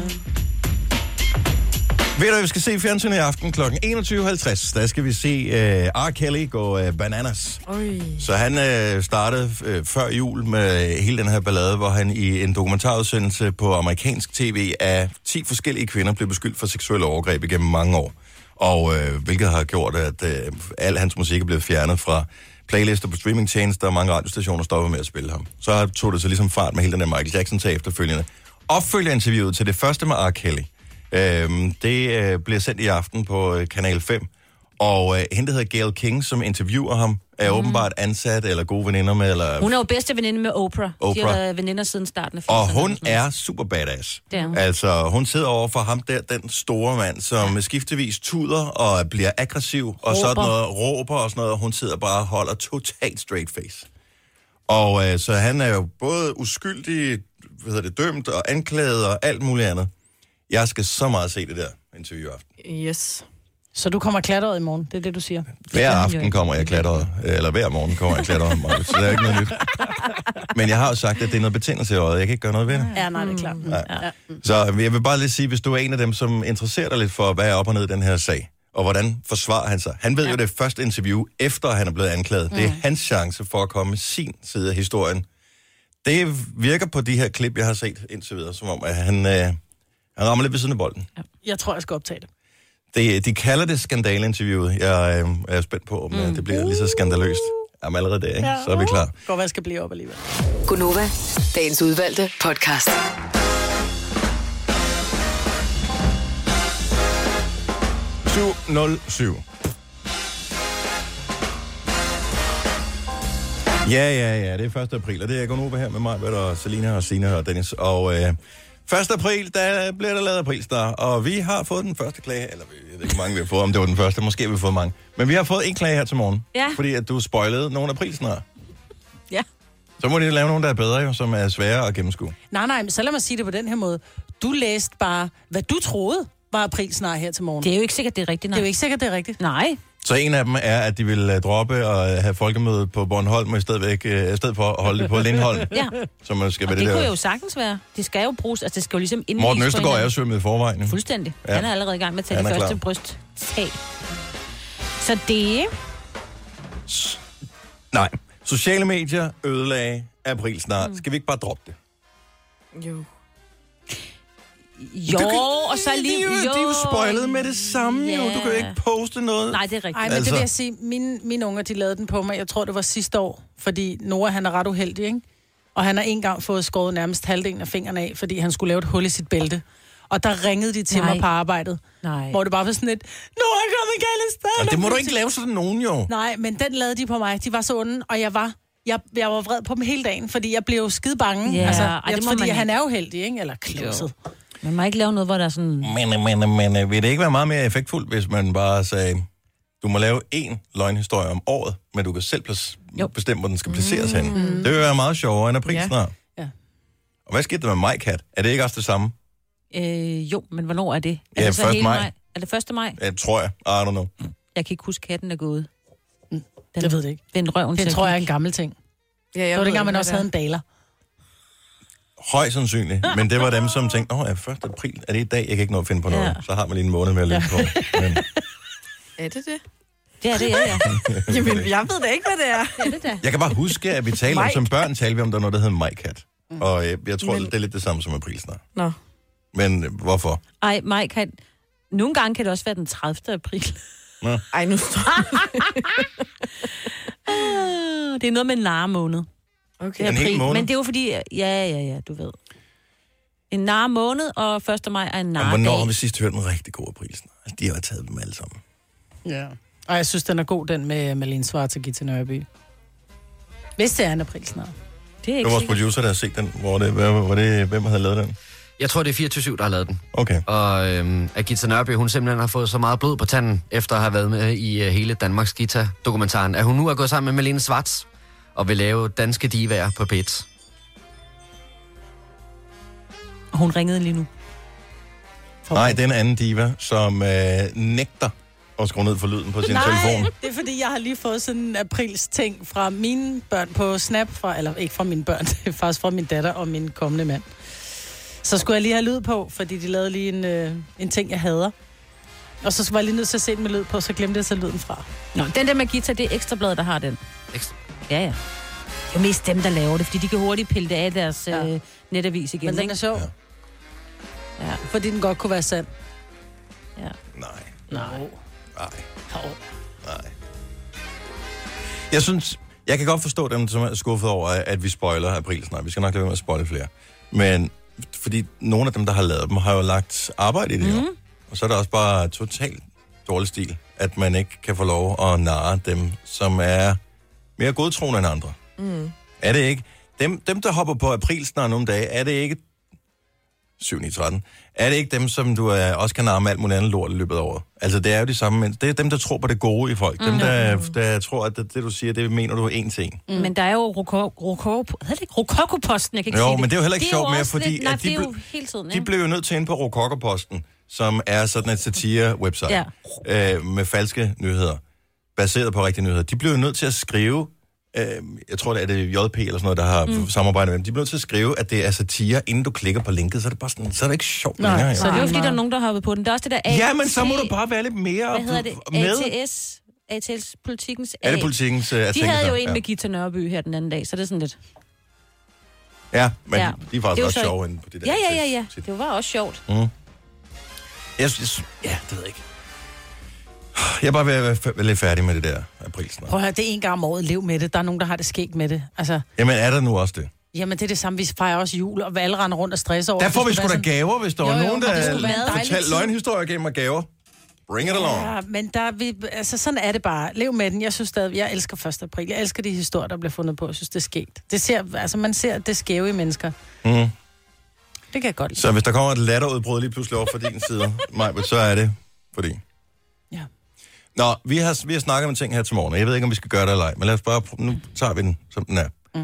Ved du, vi skal se fjernsynet i aften klokken enogtyve halvtreds. Der skal vi se uh, R. Kelly gå uh, bananas. Oi. Så han uh, startede uh, før jul med hele den her ballade, hvor han i en dokumentarudsendelse på amerikansk tv af ti forskellige kvinder blev beskyldt for seksuelle overgreb igennem mange år. Og uh, hvilket har gjort, at uh, al hans musik er blevet fjernet fra playlister på streamingtjenester, og mange radiostationer stopper med at spille ham. Så tog det så ligesom fart med hele den der Michael Jackson-tag efterfølgende. Opfølgerinterviewet til det første med R. Kelly. Øhm, det øh, bliver sendt i aften på øh, Kanal fem, og øh, hende, der hedder Gayle King, som interviewer ham, er mm. åbenbart ansat eller gode veninder med. Eller... Hun er jo bedste veninde med Oprah. Oprah. De har været veninder siden starten af firserne. Og hun er super badass. Altså, hun sidder over for ham der, den store mand, som ja. skiftevis tuder og bliver aggressiv, råber. Og sådan noget, råber og sådan noget, og hun sidder bare og holder totalt straight face. Og øh, så han er jo både uskyldig, hvad hedder det, dømt og anklaget og alt muligt andet. Jeg skal så meget se det der interview i aften. Yes. Så du kommer klatret i morgen, det er det, du siger? Hver aften kommer jeg klatret, eller hver morgen kommer jeg klatret, så det er ikke noget nyt. Men jeg har jo sagt, at det er noget betændelse i øjet, jeg kan ikke gøre noget ved det. Ja, nej, det er klart. Ja. Ja. Så jeg vil bare lige sige, hvis du er en af dem, som interesserer dig lidt for, hvad er op og ned i den her sag, og hvordan forsvarer han sig. Han ved ja. jo det første interview, efter han er blevet anklaget. Mm. Det er hans chance for at komme med sin side af historien. Det virker på de her klip, jeg har set indtil videre, som om, at han... Øh, Han rammer lidt ved siden af bolden. Ja. Jeg tror, jeg skal optage det. Det, de kalder det skandaleinterviewet. Jeg øh, er spændt på, om mm. det bliver lige så skandaløst. Jamen allerede der, ikke? Ja. Så er vi klar. Godt, hvad skal blive op alligevel. Gunova, dagens udvalgte podcast. syv nul syv. Ja, ja, ja, det er første april, og det er Gunova her med mig, og Selina og Sina og Dennis. Og øh, første april, der bliver der lavet aprilstar, og vi har fået den første klage, eller jeg ved ikke, hvor mange vi har fået, om det var den første, måske har vi fået mange. Men vi har fået en klage her til morgen, ja. fordi at du spoilede nogle aprilsnar. Ja. Så må de lave nogle, der er bedre, jo, som er sværere at gennemskue. Nej, nej, så lad mig sige det på den her måde. Du læste bare, hvad du troede var aprilsnar her til morgen. Det er jo ikke sikkert, det er rigtigt. Nej. Det er jo ikke sikkert, det er rigtigt. Nej. Så en af dem er, at de vil uh, droppe og have folkemøde på Bornholm, i stedet, væk, uh, i stedet for at holde det på Lindholm. Ja. Så man skal og det, det der. kunne jo sagtens være. Det skal jo bruges, altså det skal jo ligesom indvises. Morten Østergaard er jo svømmet i forvejen. Fuldstændig. Ja. Han er allerede i gang med at tage det første brysttag. Så det... S- Nej. Sociale medier ødelagde april snart. Mm. Skal vi ikke bare droppe det? Jo. Jo, kan, og så lige... De, de, de er jo spoilet med det samme, yeah. jo. Du kan jo ikke poste noget. Nej, det er rigtigt. Ej, men altså. Det vil jeg sige, mine, mine unger, de lavede den på mig. Jeg tror, det var sidste år, fordi Noah, han er ret uheldig, ikke? Og han har en gang fået skåret nærmest halvdelen af fingrene af, fordi han skulle lave et hul i sit bælte. Og der ringede de til Nej. mig på arbejdet. Nej. Hvor det bare var sådan et, Noah er kommet galt sted. Og det må du ikke lave sådan nogen, jo. Nej, men den lavede de på mig. De var så onde, og jeg var... Jeg, jeg var vred på dem hele dagen, fordi jeg blev skide bange. Yeah. Altså, Ej, jeg, det må fordi man han er uheldig, ikke? Eller klodset. Man må ikke lave noget, hvor der er sådan... Men, men, men vil det ikke være meget mere effektfuldt, hvis man bare sagde, du må lave én løgnhistorie om året, men du kan selv pl- bestemme, hvor den skal placeres mm. hen. Det vil være meget sjovere end april snart. Ja. Og hvad skete der med MyCat? Er det ikke også det samme? Øh, jo, men hvornår er det? Er Ja, det så første hele maj. maj? Er det første maj? Ja, tror jeg. I don't know. Jeg kan ikke huske, katten er gået. Den, jeg ved det ikke. Den røven det tror jeg er en gammel ting. Ja, det var dengang, man også havde en daler. Højst sandsynligt. Men det var dem, som tænkte, åh, ja, første april, er det i dag? Jeg kan ikke nå at finde på noget. Ja. Så har man lige en måned med at løbe ja. på. Men... Er det det? Det er det, ja, ja. Jamen, jeg ved da ikke, hvad det er. Ja, det der. Jeg kan bare huske, at vi talte om, som børn talte vi om, der er noget, der hedder MyCat. Mm. Og jeg, jeg tror, Men... det er lidt det samme som april snart. Nå. Men øh, hvorfor? Ej, MyCat... Nogle gange kan det også være den tredivte april. Nå. Ej, nu står det er noget med en narremåned. Okay. En hel måned? Men det er jo fordi... Ja, ja, ja, du ved. En narremåned, og første maj er en narredag. Og hvornår har vi sidst hørt en rigtig god april snart? Altså, de har taget dem alle sammen. Ja. Og jeg synes, den er god, den med Malene Schwartz og Gita Nørby. Hvis det er en april snart. Det er ikke ikke det var vores sikkert. producer, der har set den. Hvor det, hvor, hvor det, hvem havde lavet den? Jeg tror, det er fireogtyve syv, der har lavet den. Okay. Og øhm, at Gita Nørby, hun simpelthen har fået så meget blod på tanden, efter at have været med i uh, hele Danmarks Gita-dokumentaren, at hun nu er gået sammen med Malene Schwartz og vil lave danske divaer på P et. Og hun ringede lige nu. Nej, det er en anden diva, som øh, nægter at skrue ned for lyden på sin Nej, telefon. det er fordi, jeg har lige fået sådan en aprils ting fra mine børn på Snap, fra, eller ikke fra mine børn, det er faktisk fra min datter og min kommende mand. Så skulle jeg lige have lyd på, fordi de lavede lige en, øh, en ting, jeg hader. Og så var jeg lige nødt til at se den med lyd på, så glemte jeg så lyden fra. Nå, den der med Gita, det er Ekstrabladet, der har den. Ekstra. Ja, ja. Det er jo mest dem, der laver det, fordi de kan hurtigt pille det af deres ja. øh, netavis igen. Men den ikke? er sjov. Ja. Ja. Fordi den godt kunne være sand. Ja. Nej. Nej. Nej. Oh. Nej. Jeg synes, jeg kan godt forstå dem, som er skuffet over, at vi spoiler april snart. Vi skal nok lade være med at spoile flere. Men fordi nogle af dem, der har lavet dem, har jo lagt arbejde i det mm-hmm. år. Og så er der også bare totalt dårlig stil, at man ikke kan få lov at narre dem, som er mere godtroende end andre. Mm. Er det ikke? Dem, dem, der hopper på april snart nogle dage, er det ikke syv ni tretten? Er det ikke dem, som du er, også kan narre med alt muligt andet lort i løbet af året? Altså, det er jo de samme mennesker. Det er dem, der tror på det gode i folk. Mm. Dem, der, der tror, at det, det, du siger, det mener du en ting. Mm. Men der er jo Rokokoposten, jeg kan ikke jo, sige det. men det er jo heller ikke det sjovt mere, også fordi lidt, nej, at de, det er jo ble, hele tiden, de blev jo nødt til ind på Rokokoposten, som er sådan et satire-website ja. øh, med falske nyheder, baseret på rigtige nyheder. De blev jo nødt til at skrive, øh, jeg tror, det er det J P eller sådan noget, der har mm. samarbejdet med dem. De blev nødt til at skrive, at det er satire, inden du klikker på linket, så er det bare sådan, så er det ikke sjovt nej, længere. Så det er jo fordi, der er nogen, der har hoppet på den. Der er også det der A T... Ja, men så må du bare være lidt mere Hvad hedder det? med. A T S? A T S Politikens A. Er det Politikens uh, De havde jo en ja. med Gita Nørby her den anden dag, så det er sådan lidt... Ja, men ja. de er faktisk også så... sjove inde på det der. Ja, ja, ja, ja. Det var også sjovt. Mm. Jeg synes, ja, det ved jeg ikke. Jeg er bare ved at være f- lidt færdig med det der april snart. Prøv at høre, det er en gang om året, lev med det. Der er nogen, der har det skægt med det. Altså, Jamen, er der nu også det? jamen, det er det samme. Vi fejrer også jul, og alle render rundt og stresser over. Der får det vi skulle sgu da være sådan- gaver, hvis der Jo, var jo, nogen, og det der skulle være en dejlig fortalte tid. løgnhistorier gennem mig gaver. Bring it along. Ja, men der er vi, altså sådan er det bare. Lev med den. Jeg synes stadig, jeg elsker første april. Jeg elsker de historier, der bliver fundet på. Jeg synes, det er skægt. Det ser, altså man ser det skæve i mennesker. Mm. Det kan jeg godt lide. Så hvis der kommer et latterudbrud lige pludselig over for din side, Majbert, så er det fordi... Ja. Nå, vi har, vi har snakket om ting her til morgen, og jeg ved ikke, om vi skal gøre det eller ej, men lad os bare... prø- Nu tager vi den, som den er. Mm.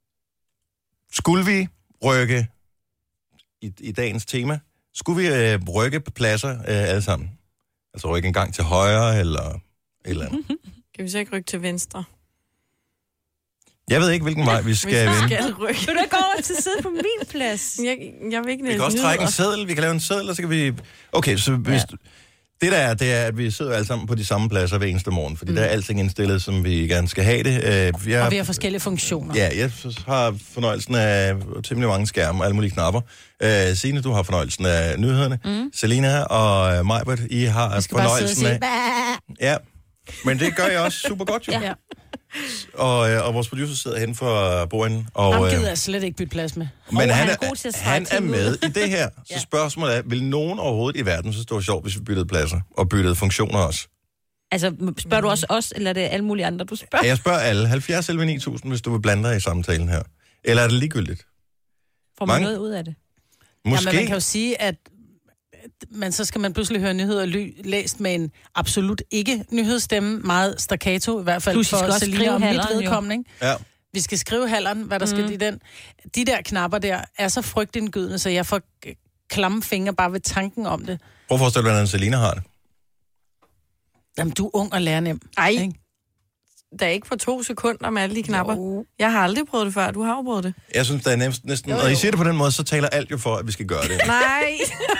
Skulle vi rykke i, i dagens tema? Skulle vi øh, rykke på pladser øh, alle sammen? Altså rykke en gang til højre, eller et eller andet? Kan vi så ikke rykke til venstre? Jeg ved ikke, hvilken vej vi skal vende. skal rykke. Vil du ikke gå over til side på min plads? Jeg, jeg vil ikke Vi kan også trække en seddel, vi kan lave en seddel, og så kan vi... Okay, så hvis... Ja. Det der er, det er, at vi sidder alle sammen på de samme pladser hver eneste morgen, fordi mm. der er alting indstillet, som vi gerne skal have det. Uh, jeg, Og vi har forskellige funktioner. Ja, jeg har fornøjelsen af temmelig mange skærme og alle mulige knapper. Uh, Signe, du har fornøjelsen af nyhederne. Mm. Selina og Majbert, I har fornøjelsen af... Ja, men det gør jeg også super godt, jo. Ja. Og, øh, og vores producer sidder hen for bordenden. Og, Ham øh, gider jeg slet ikke bytte plads med. men han han er er, god til at han strække er ting med ud. i det her. Så Ja. spørgsmålet er, vil nogen overhovedet i verden synes, det var sjovt, hvis vi byttede pladser og byttede funktioner også? Altså, spørger du også os, eller er det alle mulige andre, du spørger? Ja, jeg spørger alle. halvfjerds elleve ni tusind, hvis du vil blande dig i samtalen her. Eller er det ligegyldigt? Får man mange- noget ud af det? Måske. Jamen, man kan jo sige, at men så skal man pludselig høre nyheder ly- læst med en absolut ikke nyhedsstemme, meget staccato, i hvert fald Plus, I skal for også Selina skrive og mit halveren, jo. vedkommende. Ikke? Ja. Vi skal skrive halveren, hvad der mm. skal i den. De der knapper der er så frygtindgydende, så jeg får k- klamme fingre bare ved tanken om det. Prøv at forestille dig, hvordan Selina har det. Jamen, du er ung og lærer nem. Ej, Ikke? der er ikke for to sekunder med alle de knapper. Jo. Jeg har aldrig prøvet det før. Du har jo prøvet det. Jeg synes, der er næsten... næsten Jo, jo. og I siger det på den måde, så taler alt jo for, at vi skal gøre det. Nej.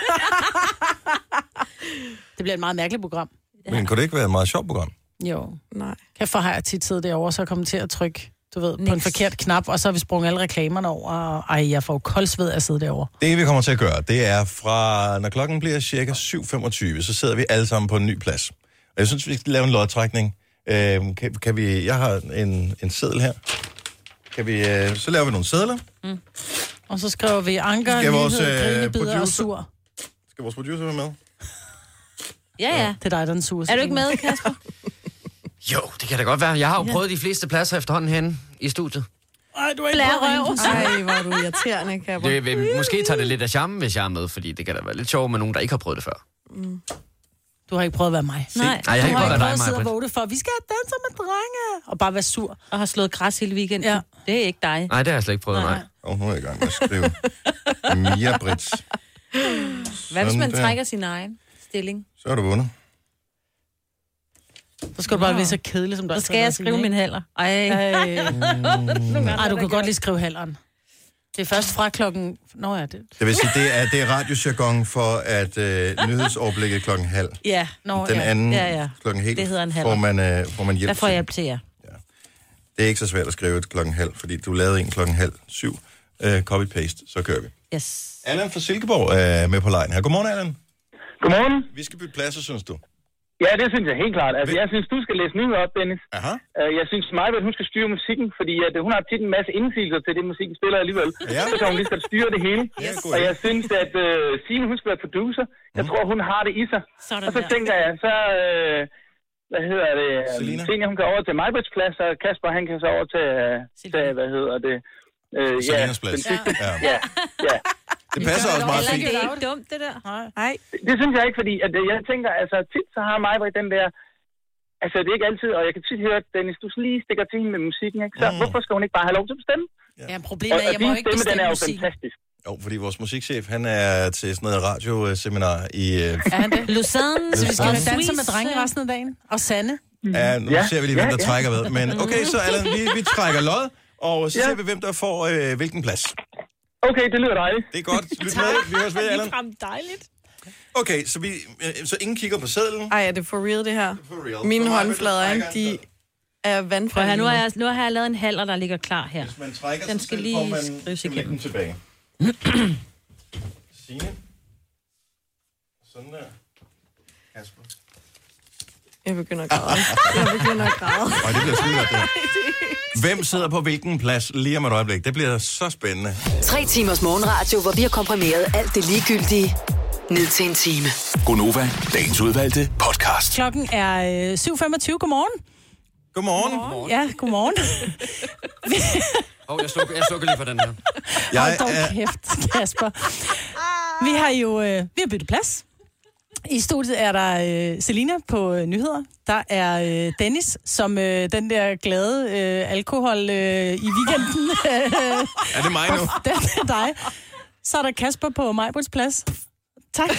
Det bliver et meget mærkeligt program. Men kunne det ikke være et meget sjovt program? Jo. Nej. Kæft, har jeg tit siddet derovre, så kommer til at trykke, du ved, på en Next. forkert knap, og så har vi sprunget alle reklamerne over, og ej, jeg får jo koldsved af at sidde derovre. Det, vi kommer til at gøre, det er fra... Når klokken bliver cirka syv femogtyve, så sidder vi alle sammen på en ny plads. Og jeg synes, vi skal lave en lodtrækning. Øh, kan, kan vi... Jeg har en, en seddel her. Kan vi... Øh, så laver vi nogle sedler. Og så skriver vi anker, Skal vores, nyhed, øh, grinebider og producer- sur. Skal vores producer være med? Ja, ja. Det er dig, der er den sure. Er du ikke med, Kasper? Jo, det kan da godt være. Jeg har jo prøvet de fleste pladser efterhånden hen i studiet. Ej, du er ikke Blærerøv. Ej, hvor er du irriterende, Kapper. Det vil måske tage det lidt af charmen, hvis jeg er med, fordi det kan da være lidt sjovt med nogen, der ikke har prøvet det før. Du har ikke prøvet at være mig. Nej. Nej, jeg har Du ikke har prøvet ikke at prøvet dig, at sidde og Maja. våge for, vi skal have danser med drenge, og bare være sur. Og har slået græs hele weekenden. Ja. Det er ikke dig. Nej, det har jeg slet ikke prøvet, nej. Og nu er jeg i gang med at skrive. Mia Brits. Hvad hvis man Sådan der. trækker sin egen stilling? Så er du vundet. Så skal du bare være så kedelig, som du Så altid skal har jeg været, skrive Signe, min ikke? halder. Ej. Ej, du kan godt lige skrive halveren. Det er først fra klokken... Nå ja, det... Det vil sige, det er, det er radiojargon for, at øh, nyhedsoverblikket klokken halv. Ja, Nå, Den ja. anden Ja, ja. klokken helt Det hedder en halv. får man, øh, får man hjælp Der får jeg til. hjælp til jer. Det er ikke så svært at skrive et klokken halv, fordi du lavede en klokken halv syv. Øh, copy-paste, så kører vi. Yes. Allan fra Silkeborg er med på lejen her. Godmorgen, Allan. Godmorgen. Vi skal bytte pladser, synes du? Ja, det synes jeg helt klart. Altså, jeg synes, du skal læse nyheder op, Dennis. Aha. Uh, jeg synes, Majbert, hun skal styre musikken, fordi at, uh, hun har tit en masse indsigelser til det, musikken spiller alligevel. Ja. Så kan hun lige skal styre det hele. Yes. Og jeg synes, at uh, Signe, hun skal være producer. Jeg tror, hun har det i sig. Sådan og så der. tænker jeg, så... Uh, hvad hedder det? Selina? Signe, hun kan over til Majberts plads, og Kasper, han kan så over til... Uh, til hvad hedder det? Uh, Selinas plads. den sidste. Ja. Ja, ja. Det passer også meget Eller fint. det er ikke dumt, det der. Nej. Det, det synes jeg ikke, fordi at, øh, jeg tænker, altså tit så har Majbert den der... Altså, det er ikke altid, og jeg kan tit høre, at Dennis, du lige stikker til hende med musikken, ikke? Så Mm. hvorfor skal hun ikke bare have lov til at bestemme? Ja, problemet Og, er, og jeg må din ikke stemme, den er bestemme jo musik. fantastisk. Jo, fordi vores musikchef, han er til sådan noget radioseminar i... Øh, Er han det? Lausanne. Så vi skal Lausanne. have danser med drenge resten af dagen. Og Sanne. ja, nu Ja, ser vi lige, hvem ja, der ja. trækker hvad. Men okay, så Allan, vi, vi trækker lod, og så Ja. ser vi, hvem der får øh, hvilken plads. Okay, det lyder dejligt. Det er godt. Lyt med. Vi høres ved, Allan. Dejligt. Okay, så, vi, øh, så ingen kigger på sedlen. Ej, er det for real, det her? For real. Mine Så Maja, håndflader, der ikke? trækker en De er vandfærdige. Prøv her, nu har jeg, nu har jeg lavet en halv, der ligger klar her. Hvis man trækker Den sig skal selv, lige får man skrives simpelthen igennem. den tilbage. Signe. Sådan der. Kasper. Jeg begynder at græde. Jeg begynder at græde. Og det bliver skidt, det her. Hvem sidder på hvilken plads lige om et øjeblik? Det bliver så spændende. Tre timers morgenradio, hvor vi har komprimeret alt det ligegyldige ned til en time. Gonova, dagens udvalgte podcast. Klokken er øh, syv femogtyve. Godmorgen. Godmorgen. Godmorgen. Ja, godmorgen. Åh, oh, jeg, slukker, jeg slukker lige for den her. Jeg Hold dog er... kæft, Kasper. Vi har jo øh, vi har byttet plads. I studiet er der øh, Selina på øh, nyheder. Der er øh, Dennis, som øh, den der glade øh, alkohol øh, i weekenden. Er det mig nu? Det er dig. Så er der Kasper på Majbruds plads. Tak.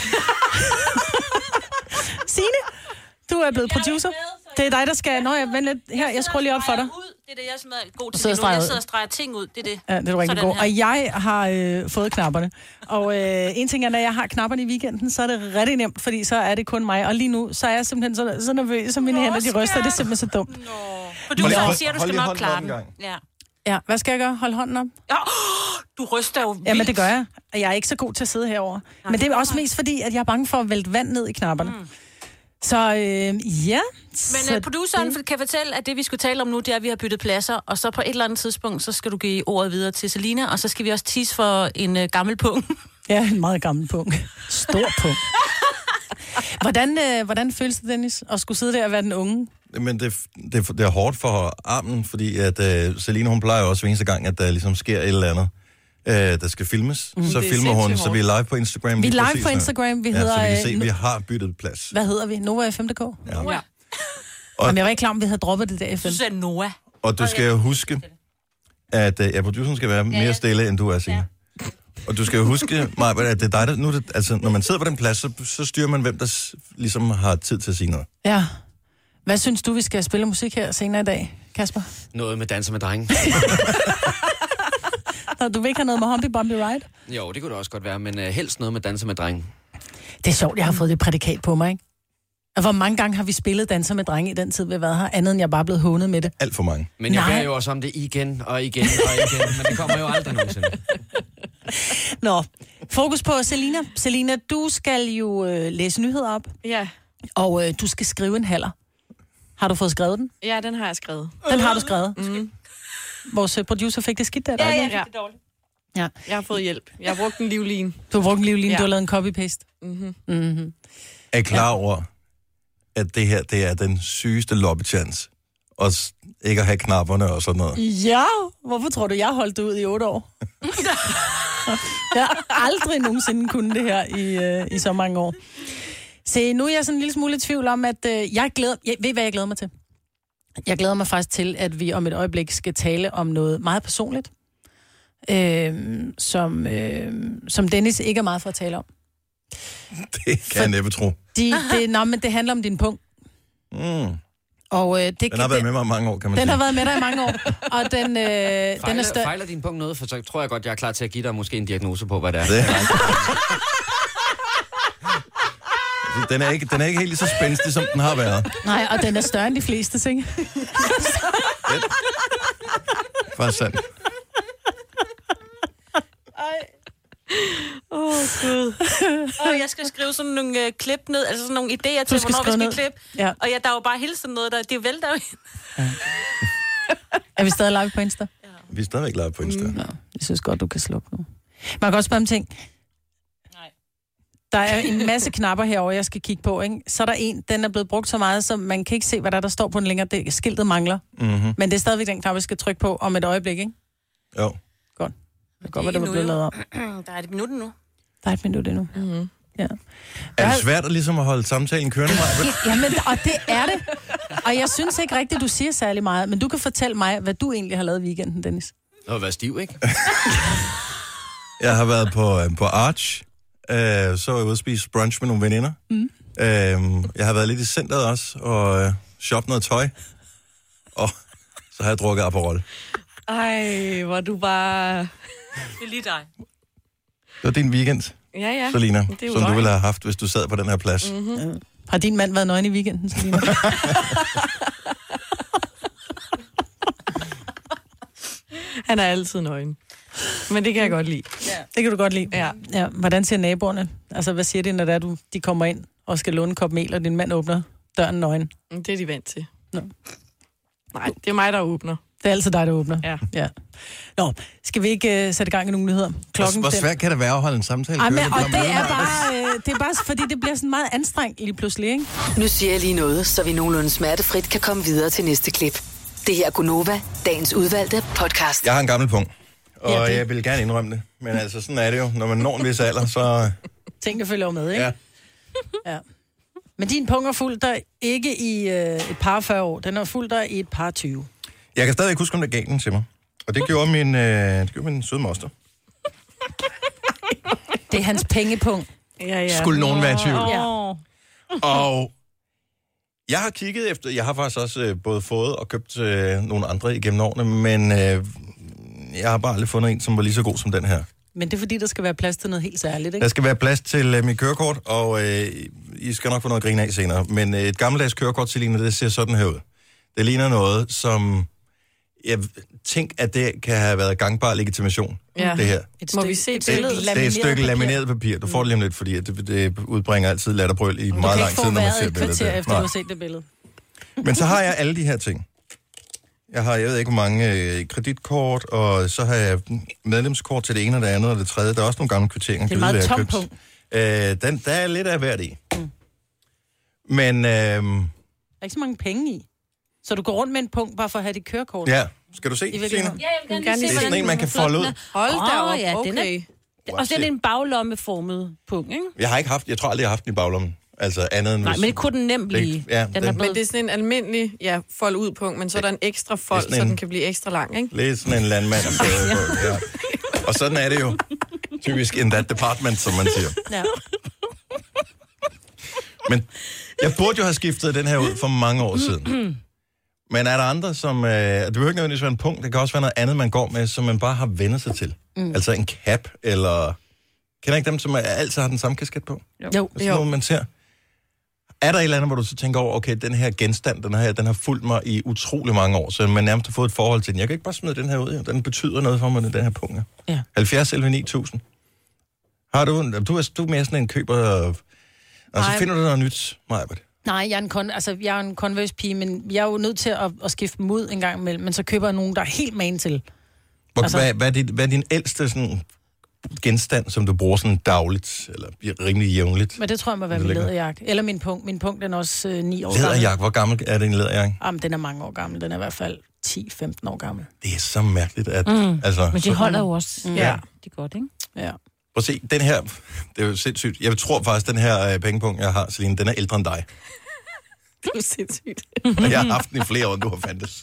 Signe, du er blevet producer. Det er dig, der skal... Nå, jeg vent lidt. Her, jeg skruer lige op for dig. Det er det, jeg er sådan god til Sidder det nu. Jeg streget ud. sidder og streger ting ud. Det er det. Ja, det er du rigtig Sådan god. her. Og jeg har øh, fået knapperne. Og øh, en ting er, når jeg har knapperne i weekenden, så er det rigtig nemt, fordi så er det kun mig. Og lige nu, så er jeg simpelthen så, så nervøs, så mine hænder, de ryster. Det er simpelthen så dumt. Nå. For du så siger, du skal nok klare den. Ja. Ja, hvad skal jeg gøre? Hold hånden op? Ja, du ryster jo vildt. Jamen, det gør jeg. Og jeg er ikke så god til at sidde herover. Men det er også mest fordi, at jeg er bange for at vælte vand ned i knapperne. Mm. Så øh, ja. Men uh, produceren det... kan fortælle, at det, vi skulle tale om nu, det er, at vi har byttet pladser, og så på et eller andet tidspunkt, så skal du give ordet videre til Selina, og så skal vi også tease for en uh, gammel punkt. Ja, en meget gammel punkt. Stor punkt. Hvordan, øh, hvordan føles det, Dennis, at skulle sidde der og være den unge? Men det, det, det er hårdt for armen, fordi at uh, Selina, hun plejer også hver eneste gang, at der ligesom sker et eller andet, uh, der skal filmes. Mm, så filmer hun, hårdt. Så vi er live på Instagram. Vi er live på Instagram. Vi ja, hedder, så vi kan se, øh, at vi har byttet plads. Hvad hedder vi? Nova F M punktum d k? Ja. Ja. Og, Jamen, jeg var ikke klar, om vi havde droppet det der F M. Du sagde Noah. Og du skal jo huske, at uh, ja, produceren skal være mere stille, end du er, Signe. Ja. Og du skal jo huske, Maja, at det er dig, der... Nu, er det, altså, når man sidder på den plads, så, så styrer man, hvem der s- ligesom har tid til at sige noget. Ja. Hvad synes du, vi skal spille musik her senere i dag, Kasper? Noget med danser med drenge. Nå, du vil ikke have noget med Humpy Bumpy Ride? Jo, det kunne det også godt være, men uh, helst noget med danser med drenge. Det er sjovt, jeg har fået det prædikat på mig, ikke? Og hvor mange gange har vi spillet Danser med drenge i den tid, vi har været her, andet end jeg bare er blevet hånet med det? Alt for mange. Men jeg Nej. hører jo også om det igen og igen og igen, men det kommer jo aldrig nogensinde. Nå, fokus på Selina. Selina, du skal jo øh, læse nyheder op, Ja. og øh, du skal skrive en halver. Har du fået skrevet den? Ja, den har jeg skrevet. Den har du skrevet. Mm. Vores øh, producer fik det skidt der, Ja, der ja, ikke? det er dårligt. Ja. Jeg har fået hjælp. Jeg har brugt en livlin. Du har brugt en livline, Ja. du har lavet en copy-paste. Mm-hmm. Mm-hmm. Er I klar over, at det her, det er den sygeste lobbychance? Og s- ikke at have knapperne og sådan noget. Ja, hvorfor tror du, jeg holdt det ud i otte år? Jeg har aldrig nogensinde kunnet det her i, øh, i så mange år. Se, nu er jeg sådan en lille smule i tvivl om, at øh, jeg glæder... Jeg ved, hvad jeg glæder mig til? Jeg glæder mig faktisk til, at vi om et øjeblik skal tale om noget meget personligt, øh, som, øh, som Dennis ikke er meget for at tale om. Det kan For... jeg næppe tro. De, det, nå, men det handler om din punkt. Mm. Og, øh, det, Den har været med mig i mange år, kan man Den sige. har været med dig i mange år, og den, øh, Fejler, den er større. fejler din punkt noget, for så tror jeg godt, jeg er klar til at give dig måske en diagnose på, hvad det er. Det er den, er ikke, den er ikke helt lige så spændstig, som den har været. Nej, og den er større end de fleste ting. Den... Faktisk sandt. Åh, oh, Gud. Og jeg skal skrive sådan nogle øh, klip ned, altså sådan nogle idéer til, skal hvornår vi skal skrive klippe. Ja. Og ja, der er jo bare hele sådan noget, der det vælter jo. Er vi stadig live på Insta? Vi er stadigvæk live på Insta. Mm. Nå, jeg synes godt, du kan slukke nu. Man kan også spørge om ting. Nej. Der er en masse knapper herovre, jeg skal kigge på, ikke? Så er der en, den er blevet brugt så meget, så man kan ikke se, hvad der, der står på den længere. Det, skiltet mangler. Mm-hmm. Men det er stadigvæk den knap, vi skal trykke på om et øjeblik, ikke? Jo. Godt. Det kan godt være, det var blevet lavet om. Der er et minut nu. Der er et minut endnu. Mm-hmm. Ja. Er det svært at, ligesom at holde samtalen kørende? Jamen, og det er det. Og jeg synes ikke rigtigt, du siger særlig meget, men du kan fortælle mig, hvad du egentlig har lavet i weekenden, Dennis. Det har været stiv, ikke? Jeg har været på, øh, på Arch. Øh, så var jeg ude at spise brunch med nogle veninder. Mm. Øh, jeg har været lidt i centret også, og øh, shoppet noget tøj. Og så har jeg drukket Aperol. Ej, hvor du bare... Det er lige dig. Det var din weekend, Ja, ja. Selina, Det er jo som du løgn. ville have haft, hvis du sad på den her plads. Mm-hmm. Ja. Har din mand været nøgen i weekenden, Selina? Han er altid nøgen. Men det kan jeg godt lide. Ja. Det kan du godt lide. Ja. Ja. Hvordan siger naboerne? Altså, hvad siger de, når det er, du, de kommer ind og skal låne en kop mel, og din mand åbner døren nøgen. Det er de vant til. Nå. Nej, det er mig, der åbner. Det er altid dig, der åbner. Ja. ja. Nå, skal vi ikke uh, sætte i gang i nogle nyheder? Klokken hvor, hvor svært kan det være at holde en samtale? Ej, men, og det er, bare, øh, det er bare, fordi det bliver sådan meget anstrengt lige pludselig, ikke? Nu siger jeg lige noget, så vi nogenlunde smertefrit kan komme videre til næste klip. Det her er Gunova, dagens udvalgte podcast. Jeg har en gammel punkt, og ja, det... jeg vil gerne indrømme det. Men altså, sådan er det jo. Når man når en vis alder, så... Tingene følger jo med, ikke? Ja. ja. Men din punkt er fuldt der ikke i øh, et par fyrre år. Den er fuldt der i et par tyve. Jeg kan stadig huske, om der gav den til mig. Og det gjorde min, øh, det gjorde min søde moster. Det er hans pengepunkt. Ja, ja. Skulle nogen være i tvivl. Ja. Og jeg har kigget efter, jeg har faktisk også øh, både fået og købt øh, nogle andre igennem årene, men øh, jeg har bare aldrig fundet en, som var lige så god som den her. Men det er fordi, der skal være plads til noget helt særligt, ikke? Der skal være plads til øh, mit kørekort, og øh, I skal nok få noget grin af senere. Men øh, et gammeldags kørekort, Selina, det ser sådan her ud. Det ligner noget, som... Jeg tænker, at det kan have været gangbar legitimation, ja. det her. Et stykke, Må vi se et Det, billede? det er et stykke lamineret papir. Du får det lige om lidt, fordi det, det udbringer altid latterbrøl i meget lang tid, når man ser billedet. Du kan ikke få vejret et kvarter, efter du har set det billede. Men så har jeg alle de her ting. Jeg har, jeg ved ikke, hvor mange øh, kreditkort, og så har jeg medlemskort til det ene og det andet og det tredje. Der er også nogle gamle kvitteringer. Det er meget tom punkt. Øh, den, der er lidt af hvert i. Mm. Men... Øh, der er ikke så mange penge i. Så du går rundt med en punkt, bare for at have dit kørekort. Ja, skal du se, Signe? Ja, jeg vil gerne se, det er sådan en, man kan folde ud. Hold da op, ja, okay. Den er, og så er det en baglommeformet punkt, ikke? Jeg har ikke haft, jeg tror aldrig, jeg har haft den i baglommen. Altså andet end... Nej, hvis, men det kunne den nemt blive. Ja, den er men det er sådan en almindelig, ja, fold ud punkt, men så er der en ekstra fold, så den kan blive ekstra lang, ikke? Lidt sådan en landmand. Så, ja. Og sådan er det jo. Typisk in that department, som man siger. Ja. Men jeg burde jo have skiftet den her ud for mange år siden. Men er der andre, som... Øh, det behøver ikke nødvendigvis være en punkt. Det kan også være noget andet, man går med, som man bare har vendt sig til. Mm. Altså en cap, eller... Kender ikke dem, som altid har den samme kasket på? Jo. jo. Sådan noget, man ser. Er der et eller andet, hvor du så tænker over, okay, den her genstand, den her, den har fulgt mig i utrolig mange år, så man nærmest har fået et forhold til den. Jeg kan ikke bare smide den her ud, den betyder noget for mig, den her punkt. Ja. halvfjerds elleve ni tusind. Har du... Du er, du er mere sådan en køber... Og, og så finder du noget nyt, Majbert. Nej, jeg er en, kon- altså, jeg er en Converse-pige, men jeg er jo nødt til at, at skifte dem ud en gang imellem, men så køber jeg nogen, der er helt man til. Hvor, altså, hvad, hvad, er dit, hvad er din ældste sådan, genstand, som du bruger sådan dagligt, eller rimelig jævnligt? Men det tror jeg må være min læderjakke. Eller min punkt. Min punkt, den er også øh, ni år gammel. Læderjakke? Hvor gammel er din læderjakke? Jamen, den er mange år gammel. Den er i hvert fald ti femten år gammel. Det er så mærkeligt, at... Mm. Altså, men de så, holder jo også. Mm. Ja. Det er godt, ikke? Ja. Prøv at se, den her... Det er jo sindssygt. Jeg tror faktisk, den her øh, pengepunkt, jeg har, Celine, den er ældre end dig. Det er sindssygt. Og jeg har haft den i flere år, end du har fandtes.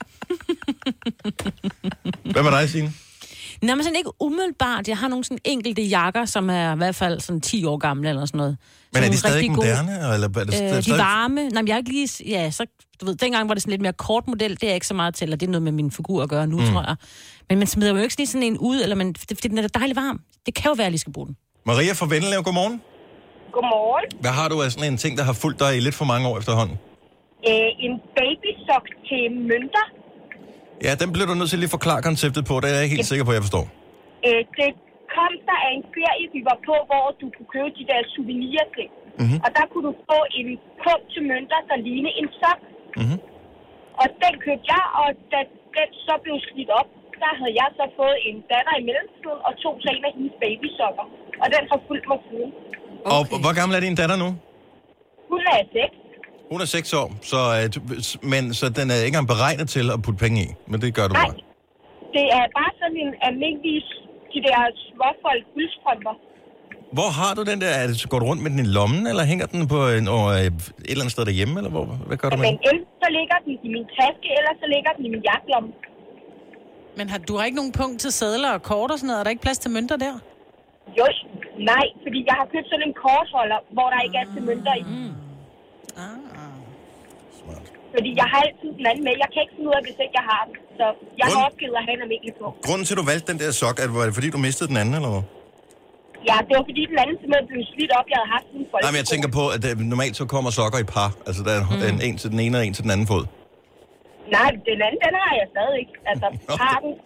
Hvad med dig, Signe? Nej, men sådan ikke umiddelbart. Jeg har nogle sådan enkelte jakker, som er i hvert fald sådan ti år gamle eller sådan noget. Men er de stadig moderne? Eller er det øh, stadig... De varme. Nej, men jeg er ikke lige... Ja, så... Du ved, dengang var det sådan lidt mere kort model. Det er jeg ikke så meget til, eller det er noget med min figur at gøre nu, mm. tror jeg. Men man smider jo ikke lige sådan en ud, eller man... Det, fordi den er dejligt varm. Det kan jo være, at jeg lige skal bruge den. Maria fra Vennelev, godmorgen. Godmorgen. Hvad har du af sådan en ting, der har fulgt dig i lidt for mange år efterhånden? Øh, en babysok til mønter. Ja, den bliver du nødt til at lige forklare konceptet på. Det er jeg ikke helt sikker på, at jeg forstår. Øh, det kom der af en ferie, vi var på, hvor du kunne købe de der souvenir-ting. Mm-hmm. Og der kunne du få en punkt til mønter, der lignede en sok. Mm-hmm. Og den købte jeg, og da den så blev slidt op, der havde jeg så fået en datter i mellemtiden, og tog så en af hendes babysokker. Og den har fulgt mig siden. Okay. Og hvor gammel er din datter nu? Hun er seks. Hun er seks år, så, øh, men, så den er ikke engang beregnet til at putte penge i, men det gør du bare. Nej, det er bare sådan en almindelig, de der småfold guldstrømper. Hvor har du den der? Er det, går du rundt med den i lommen, eller hænger den på en, og, et eller andet sted derhjemme, eller hvor, hvad gør du med den? Men ellers så ligger den i min taske, eller så ligger den i min jakkelomme. Men har, du har ikke nogen punkt til sadler og kort og sådan noget? Er der ikke plads til mønter der? Jo, nej, fordi jeg har købt sådan en kortholder, hvor der ikke er til mønter i. Mm. Ah. Smart. Fordi jeg har altid den anden med. Jeg kan ikke finde ud af, hvis ikke jeg har den. Så jeg Grund... har opgivet at have en almindelig på. Grunden til, at du valgte den der sok, er det fordi, du mistede den anden, eller hvad? Ja, det var fordi den anden simpelthen blev slidt op. Jeg havde haft den folk. Nej, men jeg tænker på, at det, normalt så kommer sokker i par. Altså, der er mm. en, en til den ene og en til den anden fod. Nej, den anden, den har jeg stadig ikke. Altså, har den.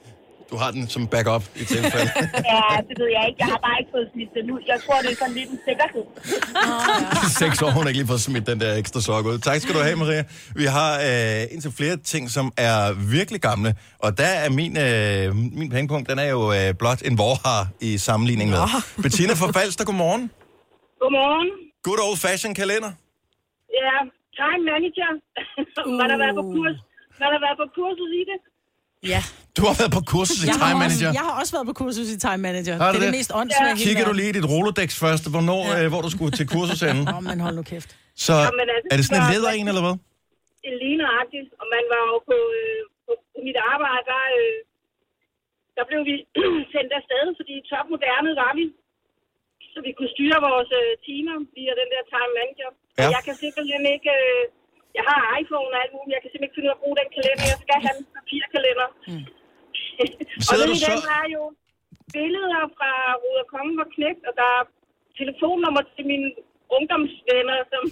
Du har den som backup i tilfælde. Ja, det ved jeg ikke. Jeg har bare ikke fået smidt den ud. Jeg tror, det er sådan lidt en sikkerhed. Seks år, hun har ikke lige fået smidt den der ekstra sok ud. Tak skal du have, Maria. Vi har øh, indtil flere ting, som er virkelig gamle. Og der er min, øh, min pengepunkt, den er jo øh, blot en vorhar i sammenligning med. Bettina fra Falster, godmorgen. Godmorgen. Good old fashion kalender. Ja, time manager. Man har været på kurs. Man har været på kursus i det. Ja. Du har været på kursus i jeg Time Manager? Også, jeg har også været på kursus i Time Manager. Har det er det? det mest åndssvage. Ja. Kigger du lige i dit Rolodex først, hvornår, ja. øh, hvor du skulle til kursus henne? Åh, oh, men hold nu kæft. Så Jamen, altså, er det sådan en læder en, eller hvad? Det ligner agtigt, og man var jo på, øh, på, på mit arbejde, der, øh, der blev vi sendt afsted, fordi topmoderne var vi. Så vi kunne styre vores øh, timer via den der Time Manager. Ja. Og jeg kan simpelthen ikke... Øh, jeg har iPhone og alt muligt, jeg kan simpelthen ikke finde ud af at bruge den kalender. Jeg skal have en papirkalender. Mm. og den i den er jo billeder fra Ruder Kongen var knægt, og der er telefonnummer til mine ungdomsvenner, som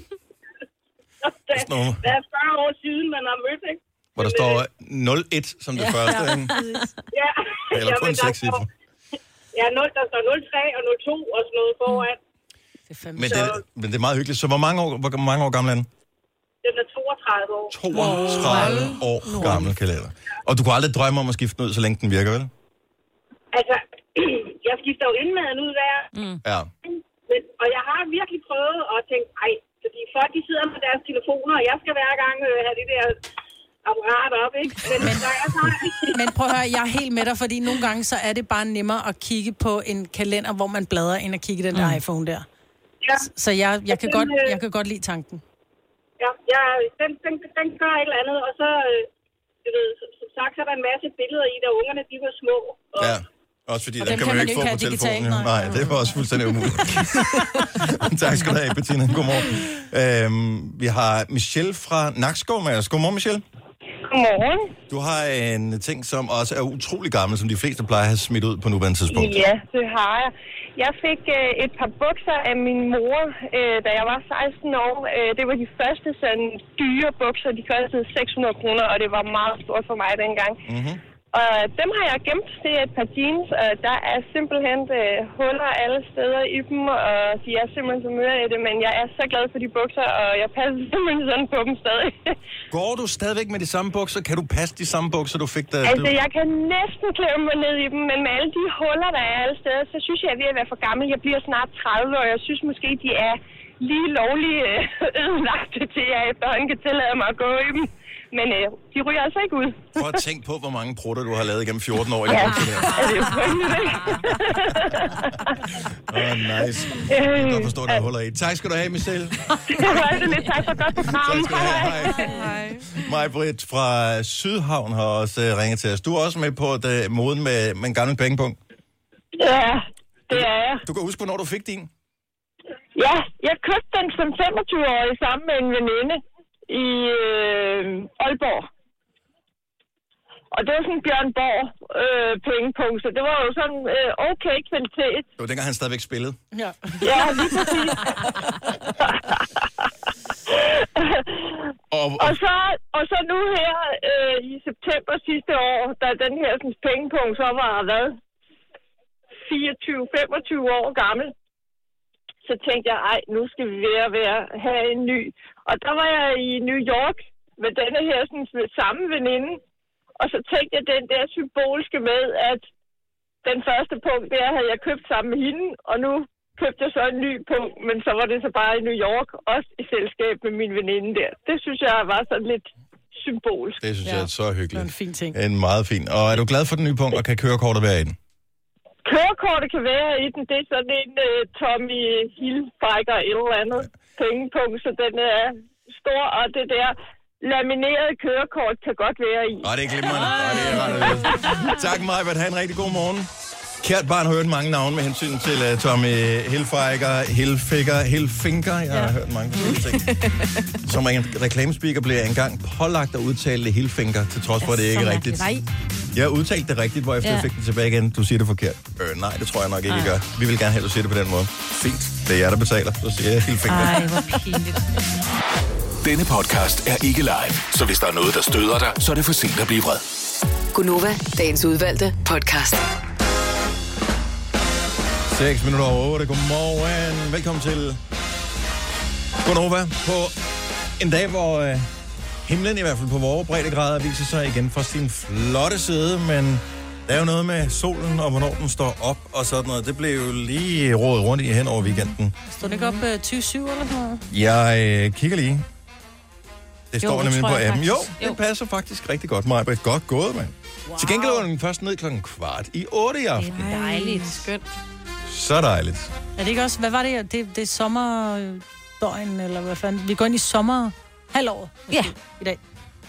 der er fyrre år siden, man har mødt, ikke? Hvor der står nul et som det ja. første, ikke? Ja. Eller kun seks cifre. Ja, nul, der står nul tre og nul to og sådan noget foran. Det er men, det, men det er meget hyggeligt. Så hvor mange år, hvor mange år gammel er den? Den er toogtredive år. toogtredive år gammel kalender. Og du kunne aldrig drømme om at skifte den ud, så længe den virker, vel? Altså, jeg skifter jo indmaden ud hver. Mm. Ja. Men, og jeg har virkelig prøvet at tænke, ej, fordi folk de sidder med deres telefoner, og jeg skal hver gang øh, have det der apparat op, ikke? Men, men, der er bare... men prøv at høre, jeg er helt med dig, fordi nogle gange så er det bare nemmere at kigge på en kalender, hvor man bladrer, end at kigge i den der mm. iPhone der. Ja. Så jeg, jeg, kan godt, jeg kan godt lide tanken. Ja, ja den, den, den gør et eller andet, og så, øh, du ved, som, som sagt, så er der en masse billeder i, der ungerne, de var små. Og, ja, også fordi, der kan man jo ikke få på telefonen. Nej. nej, det var også fuldstændig umuligt. Tak skal du have, Bettina. Godmorgen. Øhm, vi har Michelle fra Nakskov med os. Godmorgen, Michelle. Godmorgen. Du har en ting, som også er utrolig gammel, som de fleste plejer at have smidt ud på nuværende tidspunkt. Ja, det har jeg. Jeg fik øh, et par bukser af min mor, øh, da jeg var seksten år. Øh, det var de første sådan dyre bukser. De kostede seks hundrede kroner, og det var meget stort for mig dengang. Mm-hmm. Og dem har jeg gemt. Det er et par jeans, og der er simpelthen øh, huller alle steder i dem, og de er simpelthen så møre i det, men jeg er så glad for de bukser, og jeg passer simpelthen sådan på dem stadig. Går du stadigvæk med de samme bukser? Kan du passe de samme bukser, du fik da? Altså, du... jeg kan næsten klemme mig ned i dem, men med alle de huller, der er alle steder, så synes jeg, at jeg er ved at være for gammel. Jeg bliver snart tredive, og jeg synes måske, de er lige lovlige ødelagte til, at jeg efterhånden kan tillade mig at gå i dem. Men øh, de ryger altså ikke ud. Prøv at tænke på, hvor mange prutter du har lavet gennem fjorten år. I ja, det er jo frygteligt, ikke? Åh, oh, nice. Jeg kan godt forstå, at der er huller i. Tak skal du have, Michelle. Det var det lidt. Tak for godt program. Tak skal du have. Hej. Maj-Britt fra Sydhavn har også uh, ringet til os. Du er også med på at, uh, moden med, med en gammel pengepunkt. Ja, det er jeg. Du kan huske, hvornår du fik din? Ja, jeg købte den som femogtyve-årig sammen med en veninde i øh, Aalborg. Og det var sådan en Bjørn Borg øh, pengepunkt, så det var jo sådan øh, okay kvalitet. Det var dengang, han stadigvæk spillede. Ja, ja lige præcis. og, og... Og, så, og så nu her øh, i september sidste år, da den her sådan, pengepunkt så var været fireogtyve til femogtyve år gammel, så tænkte jeg, ej, nu skal vi være ved at have en ny. Og der var jeg i New York med denne her sådan, samme veninde. Og så tænkte jeg den der symbolske med, at den første punkt, der havde jeg købt sammen med hende. Og nu købte jeg så en ny punkt, men så var det så bare i New York, også i selskab med min veninde der. Det synes jeg var sådan lidt symbolsk. Det synes ja. jeg er så hyggeligt. Det er en fin ting. En meget fin. Og er du glad for den nye punkt, og kan kørekortet være i den? Kørekortet kan være i den. Det er sådan en uh, Tommy Hilfiger eller eller andet ja. pengepunkt, så den er stor, og det der laminerede kørekort kan godt være i. Åh, det er glimrende. Åh, det er ret. Tak, Maja. Ha' en rigtig god morgen. Kært barn har hørt mange navne med hensyn til uh, Tommy Hilfiger, Hilfiger, Hilfinger. Jeg har ja. hørt mange forskellige ting. Som en reklamespeaker blev jeg engang pålagt at udtale det Hilfinger, til trods for, at det ikke er rigtigt. Nej. Jeg udtalte det rigtigt, hvorefter ja. jeg fik det tilbage igen. Du siger det forkert. Øh, nej, det tror jeg nok ikke, I gør. Vi vil gerne have, at du siger det på den måde. Fint. Det er jer, der betaler. Så siger jeg Hilfinger. Ej, hvor pinligt. Denne podcast er ikke live, så hvis der er noget, der støder dig, så er det for sent at blive vred. Gunova, dagens udvalgte podcast. seks minutter over otte. Godmorgen. Velkommen til Gunova på en dag, hvor øh, himlen i hvert fald på vores breddegrader viser sig igen fra sin flotte side, men der er jo noget med solen og hvornår den står op og sådan noget. Det blev jo lige rådet rundt i hen over weekenden. Stod det ikke op uh, tyve syv eller noget? Jeg øh, kigger lige. Det Jo, står det nemlig tror på jeg appen. Jo, faktisk. det passer faktisk rigtig godt, Maja. Godt gået, mand. Wow. Til gengæld var den først ned klokken kvart i otte i aften. Det er dejligt. Skønt. Så dejligt. Er det ikke også, hvad var det? Det, det er sommerdøgn, eller hvad fanden? Vi går ind i sommer halvåret Ja. i dag.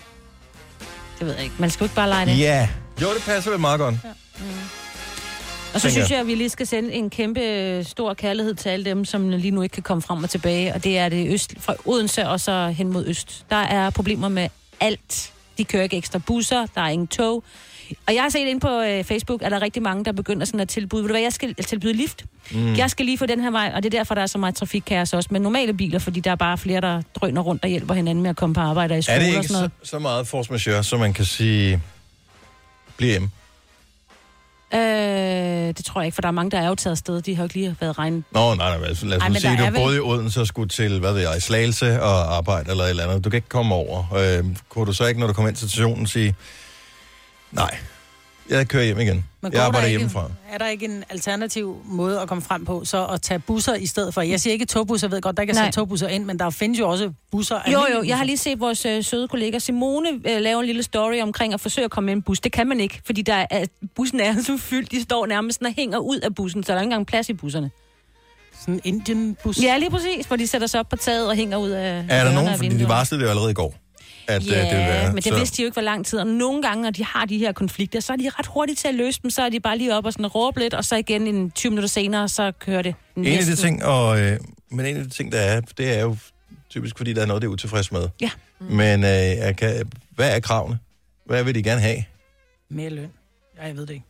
Det ved jeg ikke. Man skal jo ikke bare lege det. Ja. Jo, det passer vel meget godt. Ja. Mm. Og så Tænker synes jeg, at vi lige skal sende en kæmpe stor kærlighed til alle dem, som lige nu ikke kan komme frem og tilbage. Og det er det øst, fra Odense og så hen mod øst. Der er problemer med alt. De kører ikke ekstra busser, der er ingen tog. Og jeg har set ind på øh, Facebook, at der er rigtig mange, der begynder sådan at tilbyde. Ved du hvad, jeg skal tilbyde lift. Mm. Jeg skal lige få den her vej, og det er derfor, der er så meget trafikkaos også med normale biler, fordi der er bare flere, der drøner rundt og hjælper hinanden med at komme på arbejde og i skole Er det og ikke sådan noget. så, så meget force majeure, så man kan sige, bliv hjemme? Øh, det tror jeg ikke, for der er mange, der er jo taget afsted. De har jo ikke lige været regnet. Nå, nej, nej, altså, lad os Ej, nu men sige, der at du er vel- både i Odense og skulle til, hvad ved jeg, i Slagelse og arbejde eller et eller andet. Du kan ikke komme over. Øh, kunne du så ikke, når du kommer ind til stationen, sige, nej, jeg kører hjem igen. Men Jeg går arbejder der ikke, hjemmefra. er der ikke en alternativ måde at komme frem på, så at tage busser i stedet for? Jeg siger ikke togbusser, jeg ved godt, der ikke er Nej. sat togbusser ind, men der findes jo også busser. Jo, almindelige jo, jeg har busser. lige set vores øh, søde kollega Simone øh, lave en lille story omkring at forsøge at komme med en bus. Det kan man ikke, fordi der er, bussen er så fyldt. De står nærmest og hænger ud af bussen, så der er ikke engang plads i busserne. Sådan en Indian-bus? Ja, lige præcis, hvor de sætter sig op på taget og hænger ud af Er der dørene nogen, og fordi de vinduerne. varslede det jo allerede i går, at Ja, øh, det vil være. men det så- vidste de jo ikke, hvor lang tid. Og nogle gange, når de har de her konflikter, så er de ret hurtige til at løse dem. Så er de bare lige op og sådan råbe lidt, og så igen en tyve minutter senere, så kører det En af de næsten. ting, og, øh, men en af de ting, der er, det er jo typisk, fordi der er noget, det er utilfreds med. Ja. Mm. Men øh, jeg kan, hvad er kravene? Hvad vil de gerne have? Mere løn. Ja, jeg ved det ikke.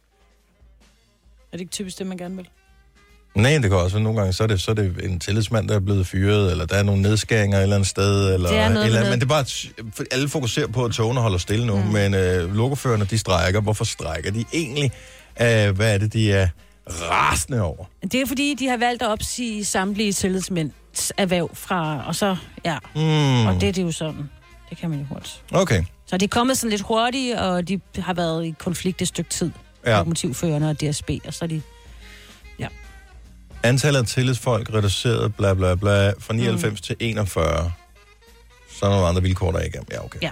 Er det ikke typisk det, man gerne vil? Nej, det kan også være nogle gange, så er, det, så er det en tillidsmand, der er blevet fyret, eller der er nogle nedskæringer et eller andet sted, eller, Det er noget eller med men det er bare, at for alle fokuserer på, at togene holder stille nu, mm. men øh, lokoførerne, de strækker. Hvorfor strækker de egentlig? Øh, hvad er det, de er rasende over? Det er fordi, de har valgt at opsige samtlige tillidsmænds erhverv fra, og så, ja, Mm. og det er det jo sådan. Det kan man jo hurtigt. Okay. Så de er kommet sådan lidt hurtigt, og de har været i konflikt et stykke tid. Ja. Lokomotivførerne og D S B, og så er de... Antallet af tillidsfolk reduceret, bla bla bla, fra nioghalvfems mm. til enogfyrre. Så er der nogle andre vilkår, der er igennem. Ja, okay. Ja.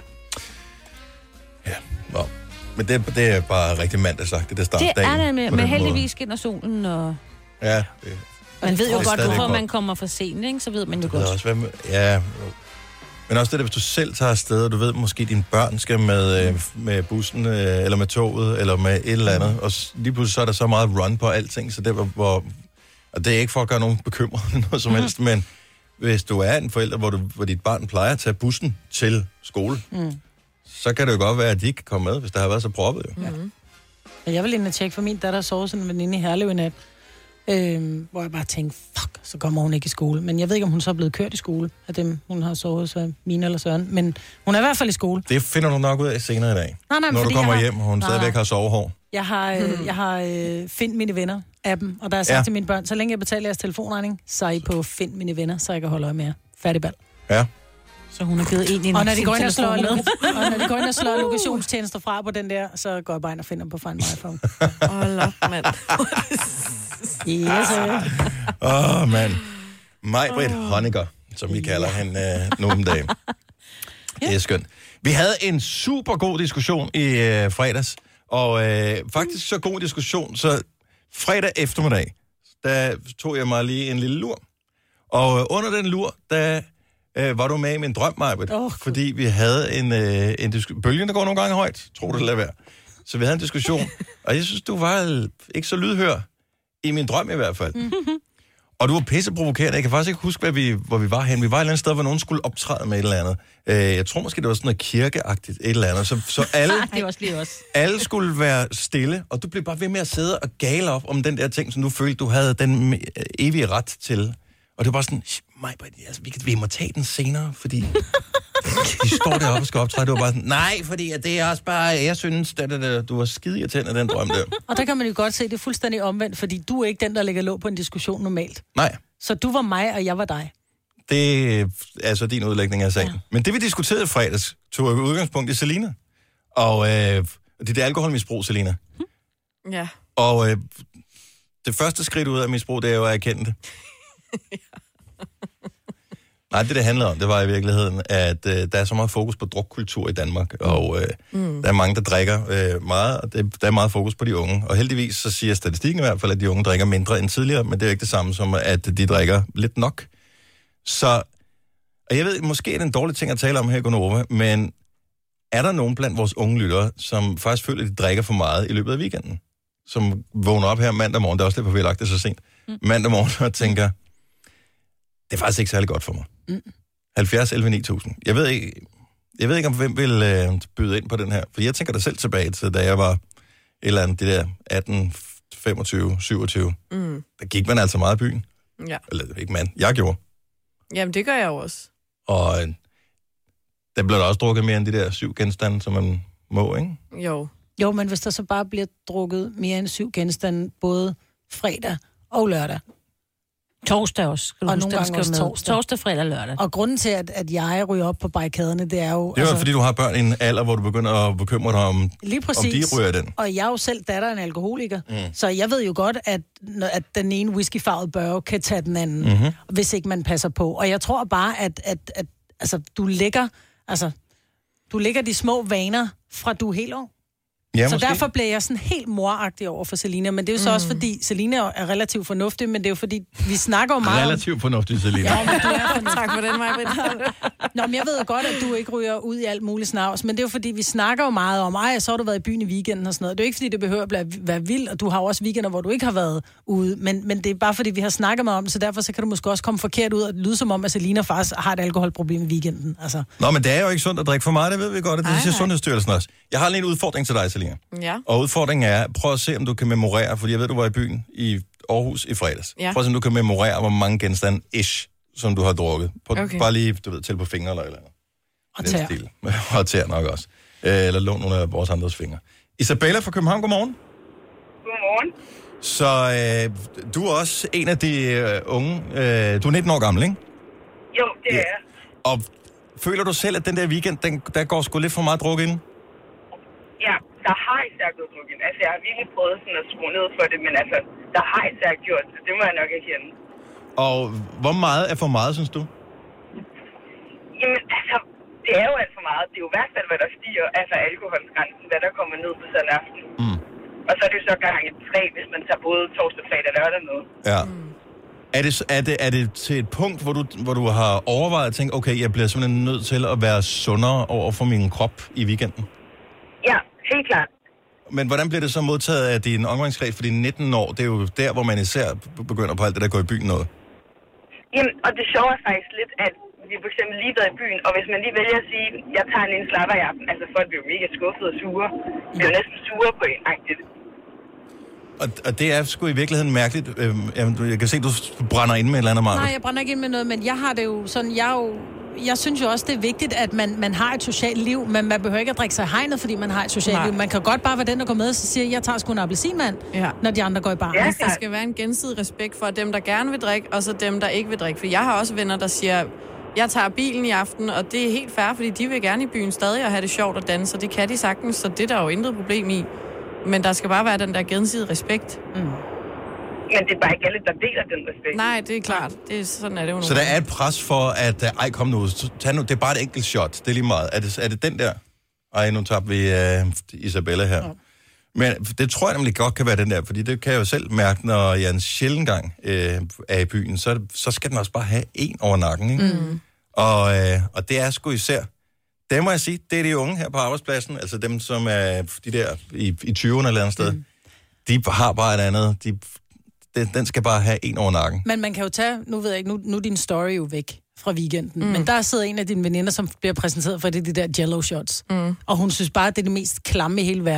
Ja, nå. Men det, det er bare rigtig mandagsagtigt, det starter Det dagen. er det med, på med den måde. heldigvis skinner solen, og Ja, det, man ved jo Det er godt, stadigvæk hvorfor godt. man kommer for sent, ikke? Så ved man jo det ved godt. også, hvad med, ja, jo. Men også det der, hvis du selv tager afsted, og du ved, måske dine børn skal med, øh, med bussen, øh, eller med toget, eller med et eller andet, og s- lige pludselig så er der så meget run på alting, så det var, hvor, og det er ikke for at gøre nogen bekymret noget som helst, men hvis du er en forælder, hvor, du, hvor dit barn plejer at tage bussen til skole, Mm. så kan det jo godt være, at de ikke kan komme med, hvis der har været så proppet jo. Mm. Og jeg vil ind og tjekke for min datter sove sådan en veninde i Herlev i nat, øhm, hvor jeg bare tænkte, fuck, så kommer hun ikke i skole. Men jeg ved ikke, om hun så er blevet kørt i skole af dem, hun har sovet, så mine eller Søren. Men hun er i hvert fald i skole. Det finder du nok ud af senere i dag. Nej, nej, når du fordi kommer jeg har- hjem, og hun Nej, stadigvæk nej. har sovehår. Jeg har, øh, jeg har øh, Find mine venner appen, og der er sagt Ja. ja. til mine børn, så længe jeg betaler jeres telefonregning, så er I på Find mine venner, så jeg kan holde øje med jer. Færdig bal. Ja. Så hun har givet en i Og når de går ind og slår, telefon med. og når de går ind og slår lokationstjenester fra på den der, så går jeg bare ind og finder dem på Find My iPhone. Hold op, mand. Yes, sir. Åh, oh, mand. Maj-Britt Honecker, som vi kalder hende øh, nu om dagen. Det er skønt. Vi havde en super god diskussion i øh, fredags, og øh, faktisk så god diskussion, så fredag eftermiddag, der tog jeg mig lige en lille lur. Og øh, under den lur, der øh, var du med i min drøm, Maj-Britt, Åh, fordi vi havde en, øh, en diskussion. Bølgen, der går nogle gange højt, tror du det lader være. Så vi havde en diskussion, og jeg synes, du var øh, ikke så lydhør, i min drøm i hvert fald. Og du var pisseprovokerende. Jeg kan faktisk ikke huske, hvad vi, hvor vi var hen. Vi var et eller andet sted, hvor nogen skulle optræde med et eller andet. Øh, jeg tror måske, det var sådan noget kirkeagtigt et eller andet. Så, så alle, Det er også lige også. alle skulle være stille, og du blev bare ved med at sidde og gale op om den der ting, som du følte, du havde den øh, evige ret til. Og det var bare sådan, mig, altså, vi, kan, vi må tage den senere, fordi de står deroppe og skal optræde. Det var bare sådan, nej, fordi det er også bare, jeg synes, at du var skide irriterende, den drøm der. Og der kan man jo godt se, det er fuldstændig omvendt, fordi du er ikke den, der lægger låg på en diskussion normalt. Nej. Så du var mig, og jeg var dig. Det er altså din udlægning af sagen. Ja. Men det, vi diskuterede i fredags, tog udgangspunkt i Selina. Og øh, det er alkoholmisbrug, Selina. Ja. Og øh, det første skridt ud af misbrug, det er jo at erkende det. Ja. Nej, det det handler om, det var i virkeligheden, at øh, der er så meget fokus på drukkultur i Danmark, og øh, mm. der er mange, der drikker øh, meget, og det, der er meget fokus på de unge. Og heldigvis så siger statistikken i hvert fald, at de unge drikker mindre end tidligere, men det er ikke det samme som, at de drikker lidt nok. Så, og jeg ved, måske er det en dårlig ting at tale om her i Gonova, men er der nogen blandt vores unge lyttere, som faktisk føler, at de drikker for meget i løbet af weekenden? Som vågner op her mandag morgen, det er også lidt på forvirragt, det er så sent, mm. mandag morgen og tænker, det er faktisk ikke særlig godt for mig. Mm. halvfjerds elleve ni tusind. Jeg ved ikke, jeg ved ikke om hvem vil øh, byde ind på den her, for jeg tænker da selv tilbage til, da jeg var et eller andet, det der atten, femogtyve, syvogtyve. Mm. Der gik man altså meget i byen. Ja. Eller ikke man, jeg gjorde. Jamen, det gør jeg jo også. Og øh, der blev der også drukket mere end de der syv genstande, som man må, ikke? Jo. Jo, men hvis der så bare bliver drukket mere end syv genstande, både fredag og lørdag. Torsdag også. Og nogle gange også torsdag. Torsdag, fredag og lørdag. Og grunden til, at, at jeg ryger op på barrikaderne, det er jo... Det er jo altså, fordi, du har børn i en alder, hvor du begynder at bekymre dig om, lige præcis. om de ryger den. Og jeg er jo selv datter af en alkoholiker. Mm. Så jeg ved jo godt, at, at den ene whiskyfarvede børge kan tage den anden, mm-hmm. hvis ikke man passer på. Og jeg tror bare, at, at, at altså, du lægger altså, du lægger de små vaner fra du er helt ung. Ja, så måske. Derfor bliver jeg sådan helt moragtig over for Selina, men det er jo så mm. også fordi, Selina er relativt fornuftig, men det er jo fordi, vi snakker jo meget relativt om... fornuftig, Selina. Ja, men du er fornuftig. Tak for den, Maja. Nå, men jeg ved jo godt, at du ikke ryger ud i alt muligt snavs, men det er jo fordi, vi snakker jo meget om, ej, så har du været i byen i weekenden og sådan noget. Det er jo ikke fordi, det behøver at være vildt, og du har jo også weekender, hvor du ikke har været ude, men, men det er bare fordi, vi har snakket meget om det, så derfor så kan du måske også komme forkert ud og lyde som om, at Selina faktisk har et alkoholproblem i weekenden. Altså. Nå, men det er jo ikke sundt at drikke for meget, det ved vi godt, og det ej, siger Sundhedsstyrelsen også. Jeg har lige en udfordring til dig, Selina. Ja. Og udfordringen er, prøv at se, om du kan memorere, fordi jeg ved, du var i byen i Aarhus i fredags. Ja. Prøv at se, om du kan memorere, hvor mange genstande ish, som du har drukket. På, okay. Bare lige, du ved, tælle på fingre eller eller andet. Og tær. Og tær nok også. Eller lån nogle af vores andres fingre. Isabella fra København, godmorgen. Godmorgen. Så øh, du er også en af de øh, unge. Øh, du er nitten år gammel, ikke? Jo, det ja. er jeg. Og føler du selv, at den der weekend, den, der går sgu lidt for meget druk ind? Ja, der har især gået druk ind. Altså, jeg har virkelig prøvet sådan at skrue ned for det, men altså, der har især gjort det. Det må jeg nok erkende. Og hvor meget er for meget, synes du? Jamen, altså, det er jo alt for meget. Det er jo i hvert fald, hvad der stiger, altså alkoholsgrænsen, hvad der kommer ned på sådan en aften. Mm. Og så er det jo så gange tre, hvis man tager både torsdag, fredag og lørdag med. Ja. Mm. Er det, er, det, er det til et punkt, hvor du, hvor du har overvejet at tænke, okay, jeg bliver simpelthen nødt til at være sundere over for min krop i weekenden? Ja, helt klart. Men hvordan bliver det så modtaget af din omgangskreds? Fordi nitten år, det er jo der, hvor man især begynder på alt det, der går i byen noget. Jamen, og det sjove er faktisk lidt, at vi for eksempel lige været i byen, og hvis man lige vælger at sige, jeg tager en lille slapper i aften, altså folk bliver jo mega skuffet og sure. De bliver næsten sure på en agtigt. Og, og det er sgu i virkeligheden mærkeligt. Jeg kan se, du brænder ind med et eller andet, Marcus. Nej, jeg brænder ikke ind med noget, men jeg har det jo sådan, jeg er jo... Jeg synes jo også, det er vigtigt, at man, man har et socialt liv, men man behøver ikke at drikke sig hegnet, fordi man har et socialt Nej. liv. Man kan godt bare være den, der går med og siger, jeg tager sgu en appelsinmand, ja. når de andre går i bar. Ja, der skal være en gensidig respekt for dem, der gerne vil drikke, og så dem, der ikke vil drikke. For jeg har også venner, der siger, jeg tager bilen i aften, og det er helt fair, fordi de vil gerne i byen stadig og have det sjovt at danse, og det kan de sagtens, så det er der jo intet problem i. Men der skal bare være den der gensidige respekt. Mm. Men det er bare ikke alle, der deler den respekt. Nej, det er klart. Det er, sådan er det jo. Så der er et pres for, at ej, kom nu, tag nu, det er bare et enkelt shot. Det er lige meget. Er det, er det den der? Ej, nu tabte vi uh, Isabella her. Ja. Men det tror jeg nemlig godt kan være den der, fordi det kan jeg jo selv mærke, når jeg en sjældent gang uh, er i byen, så, så skal den også bare have en over nakken, ikke? Mm. Og, uh, og det er sgu især. Det må jeg sige, det er de unge her på arbejdspladsen, altså dem, som er de der i, i tyverne eller andet sted. Mm. De har bare et andet, de... Den skal bare have en over nakken. Men man kan jo tage, nu ved jeg ikke, nu, nu er din story jo væk fra weekenden, mm. men der sidder en af dine veninder, som bliver præsenteret for det, de der jello shots. Mm. Og hun synes bare, at det er det mest klamme i hele verden.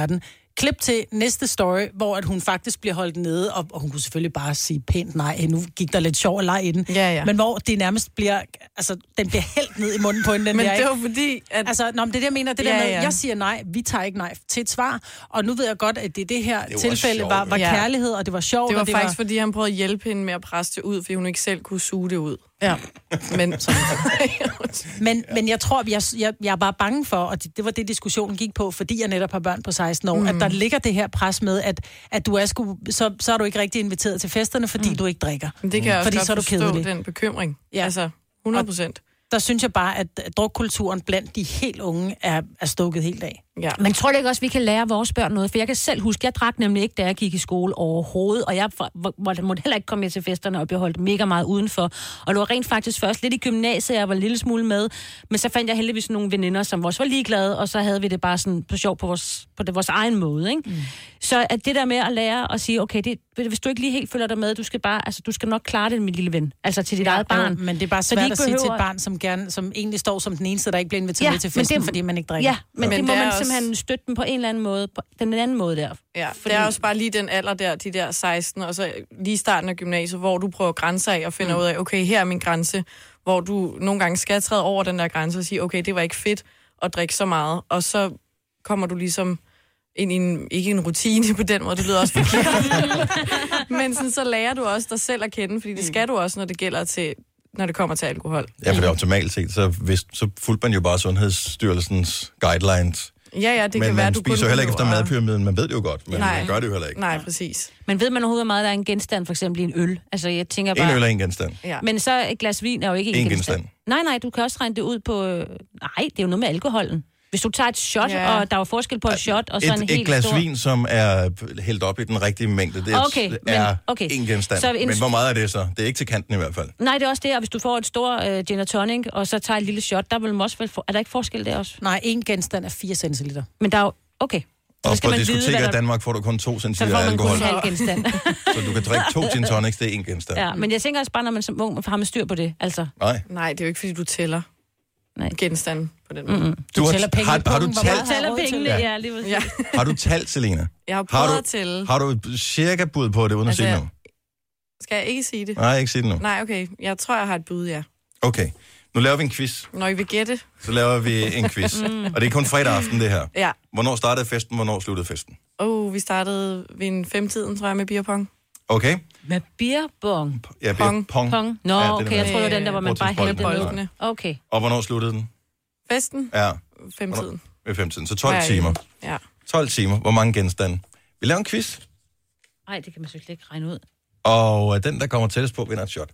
Klip til næste story, hvor at hun faktisk bliver holdt nede, og, og hun kunne selvfølgelig bare sige pænt nej, nu gik der lidt sjov og leg i den, ja, ja. men hvor det nærmest bliver, altså, den bliver hældt ned i munden på hende, den men der, det var fordi, at... Altså, nå, men det er det, jeg mener, det ja, der med, ja. jeg siger nej, vi tager ikke nej til et svar, og nu ved jeg godt, at det, det her det var tilfælde sjovt, var, var ja. kærlighed, og det var sjovt. Det var og det faktisk, var... fordi han prøvede at hjælpe hende med at presse det ud, fordi hun ikke selv kunne suge det ud. Ja. Men, men, men jeg tror, jeg, jeg, jeg er bare bange for, og det, det var det, diskussionen gik på, fordi jeg netop har børn på seksten år, mm. at der ligger det her pres med, at, at du er sku, så, så er du ikke rigtig inviteret til festerne, fordi mm. du ikke drikker. Men det kan jeg også fordi godt så er du forstå, kedelig. den bekymring. Ja. Altså, hundrede procent. Der synes jeg bare, at drukkulturen blandt de helt unge er, er stukket helt af. Ja. Men tror du ikke også, vi kan lære vores børn noget? For jeg kan selv huske, jeg drak nemlig ikke, da jeg gik i skole overhovedet, og jeg måtte heller ikke komme med til festerne og blive holdt mega meget udenfor. Og det var rent faktisk først lidt i gymnasiet, jeg var en lille smule med, men så fandt jeg heldigvis nogle veninder, som også var ligeglade, og så havde vi det bare sådan på sjov på vores, på det, vores egen måde, ikke? Mm. Så at det der med at lære at sige, okay, det, hvis du ikke lige helt følger dig med, du skal bare, altså du skal nok klare det, min lille ven, altså til dit ja, eget barn. Men det er bare svært de at sige behøver... til et barn, som gerne, som egentlig står som den eneste, der ikke bliver inviteret ja, til festen, det, fordi man ikke drikker. Ja, men, men det må det man også... simpelthen støtte dem på en eller anden måde, på den anden måde der. Ja, fordi... det er også bare lige den alder der, de der seksten, og så lige starten af gymnasiet, hvor du prøver grænser af og finder mm. ud af, okay, her er min grænse, hvor du nogle gange skal træde over den der grænse og sige, okay, det var ikke fedt at drikke så meget, og så kommer du ligesom ind i en, ikke en rutine på den måde, det lyder også forkert, men sådan, så lærer du også dig selv at kende, fordi det skal du også, når det gælder til, når det kommer til alkohol. Ja, for det er optimalt set, så, hvis, så fulgte man jo bare Sundhedsstyrelsens guidelines. Ja, ja, det men kan være, du kun... Men man spiser heller ikke efter madpyramiden, man ved det jo godt, men nej, man gør det jo heller ikke. Nej, præcis. Men ved man overhovedet, hvor meget der er en genstand, for eksempel i en øl? Altså, jeg tænker bare... En øl er en genstand. Ja. Men så et glas vin er jo ikke en, en genstand. genstand. Nej, nej, du kan også regne det ud på... Nej, det er jo noget med alkoholen. Hvis du tager et shot, ja. og der er forskel på et shot, og så et, en helt et glas stor... vin, som er hældt op i den rigtige mængde, det okay, er men, okay. en genstand. En... Men hvor meget er det så? Det er ikke til kanten i hvert fald. Nej, det er også det, og hvis du får et stort uh, gin og tonic, og så tager et lille shot, der vil man også vel få... Er der ikke forskel der også? Nej, en genstand er fire centiliter. Men der er jo... Okay. Og på diskoteker i Danmark får du kun to centiliter alkohol. Så får man kun halv genstand. Så du kan drikke to gin tonics, det er en genstand. Ja, men jeg tænker også bare, når man som ung har med styr på det, altså. Nej. Nej, det er jo ikke, fordi du tæller Nej. genstanden på den måde. Mm-hmm. Du, du tæller pengene. Har, har du talt? tæller pengene, ja. ja lige ja. Har du talt, Selina? Jeg har prøvet at tælle. Har du cirka bud på det, uden altså, at sige noget? Skal jeg ikke sige det? Nej, ikke sige det nu. Nej, okay. Jeg tror, jeg har et bud, ja. Okay. Nu laver vi en quiz. Når I vil gætte. Så laver vi en quiz. mm. Og det er kun fredag aften, det her. Ja. Hvornår startede festen, hvornår sluttede festen? Åh, oh, vi startede ved en femtiden, tror jeg, med beerpong. Okay. Med beerbong? Ja, beer pong. Pong. Nå, ja, okay, jeg tror, det var den, der, hvor man bare hældte boldene. Okay. Og hvornår sluttede den? Festen? Ja. Femtiden. Ved femtiden. Så tolv timer. Ja. tolv timer. Hvor mange genstande? Vi laver en quiz. Nej, det kan man så slet ikke regne ud. Og den, der kommer tættest på, vinder et shot.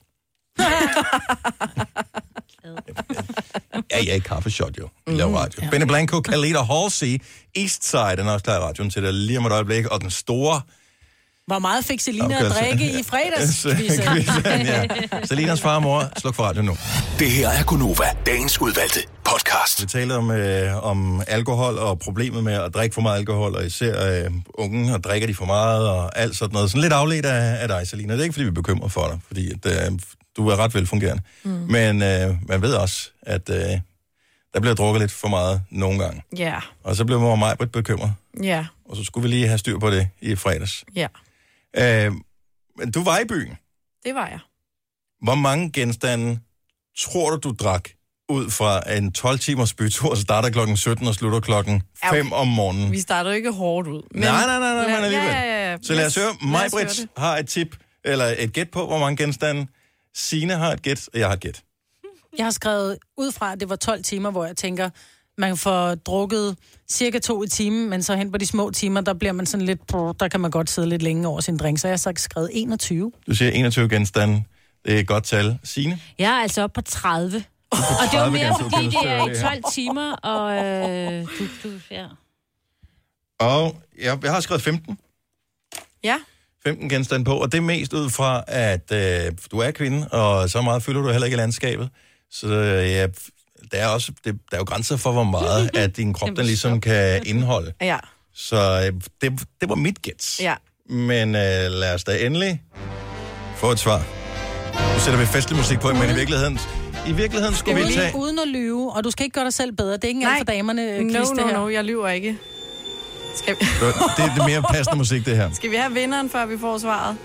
Ja, ja, kaffeshot jo. Vi laver radio. Mm, ja. Benny Blanco, Khalid og Halsey, Eastside, den er også klar i radioen til det lige om et øjeblik. Og den store... Hvor meget fik Selina at drikke i fredagskvisten? Ja. Selinas far og mor, sluk for radio nu. Det her er Gunova, dagens udvalgte podcast. Vi taler om, øh, om alkohol og problemet med at drikke for meget alkohol, og især øh, unge, og drikker de for meget og alt sådan noget. Sådan lidt afledt af, af dig, Selina. Det er ikke, fordi vi er bekymret for dig, fordi at, øh, du er ret velfungerende. Mm. Men øh, man ved også, at øh, der bliver drukket lidt for meget nogle gange. Ja. Yeah. Og så blev mor og mig bekymret. Ja. Yeah. Og så skulle vi lige have styr på det i fredags. Ja. Yeah. Øh, men du var i byen. Det var jeg. Hvor mange genstande tror du, du drak ud fra en tolv timers bytur, starter klokken sytten og slutter klokken fem om morgenen? Vi starter ikke hårdt ud. Men... Nej, nej, nej, nej, men alligevel. Ja, ja, ja. Så lad os høre. Maj-Brit har et tip, eller et gæt på, hvor mange genstande. Signe har et gæt, og jeg har et gæt. Jeg har skrevet ud fra, at det var tolv timer, hvor jeg tænker, man får drukket cirka to i timen, men så hen på de små timer, der bliver man sådan lidt, der kan man godt sidde lidt længe over sin drink. Så jeg har sagt skrevet enogtyve. Du siger enogtyve genstande. Det er et godt tal. Signe? Jeg er altså oppe på tredive. Og det var mere, fordi det er i tolv timer, og øh, du, du, ja. Og jeg, jeg har skrevet femten. Ja. femten genstande på, og det er mest ud fra, at øh, du er kvinde, og så meget fylder du heller ikke i landskabet. Så øh, ja, der er også, det, der er jo grænser for, hvor meget at din krop, den ligesom kan indeholde. Ja. Så øh, det, det var mit gæt. Ja. Men øh, lad os da endelig få et svar. Nu sætter vi festlig musik på, men i virkeligheden, i virkeligheden skulle vi tage... Uden at lyve, og du skal ikke gøre dig selv bedre. Det er ikke engang for damerne, no, Chris, no, det her. no, jeg lyver ikke. Skal vi... Det, det er det mere passende musik, det her. Skal vi have vinderen, før vi får svaret?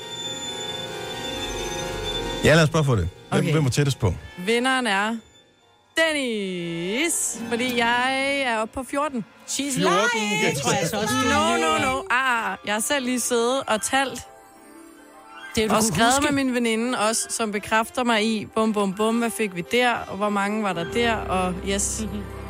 Ja, lad os bare få det. Hvem, Okay. hvem er tættest på? Vinderen er Dennis, fordi jeg er oppe på fjorten. She's fjorten, lying! det tror jeg så også. No, no, no. Ah, jeg har selv lige siddet og talt Det er jo, og du kunne skrevet huske. med min veninde også, som bekræfter mig i, bum, bum, bum, hvad fik vi der, og hvor mange var der der, og yes,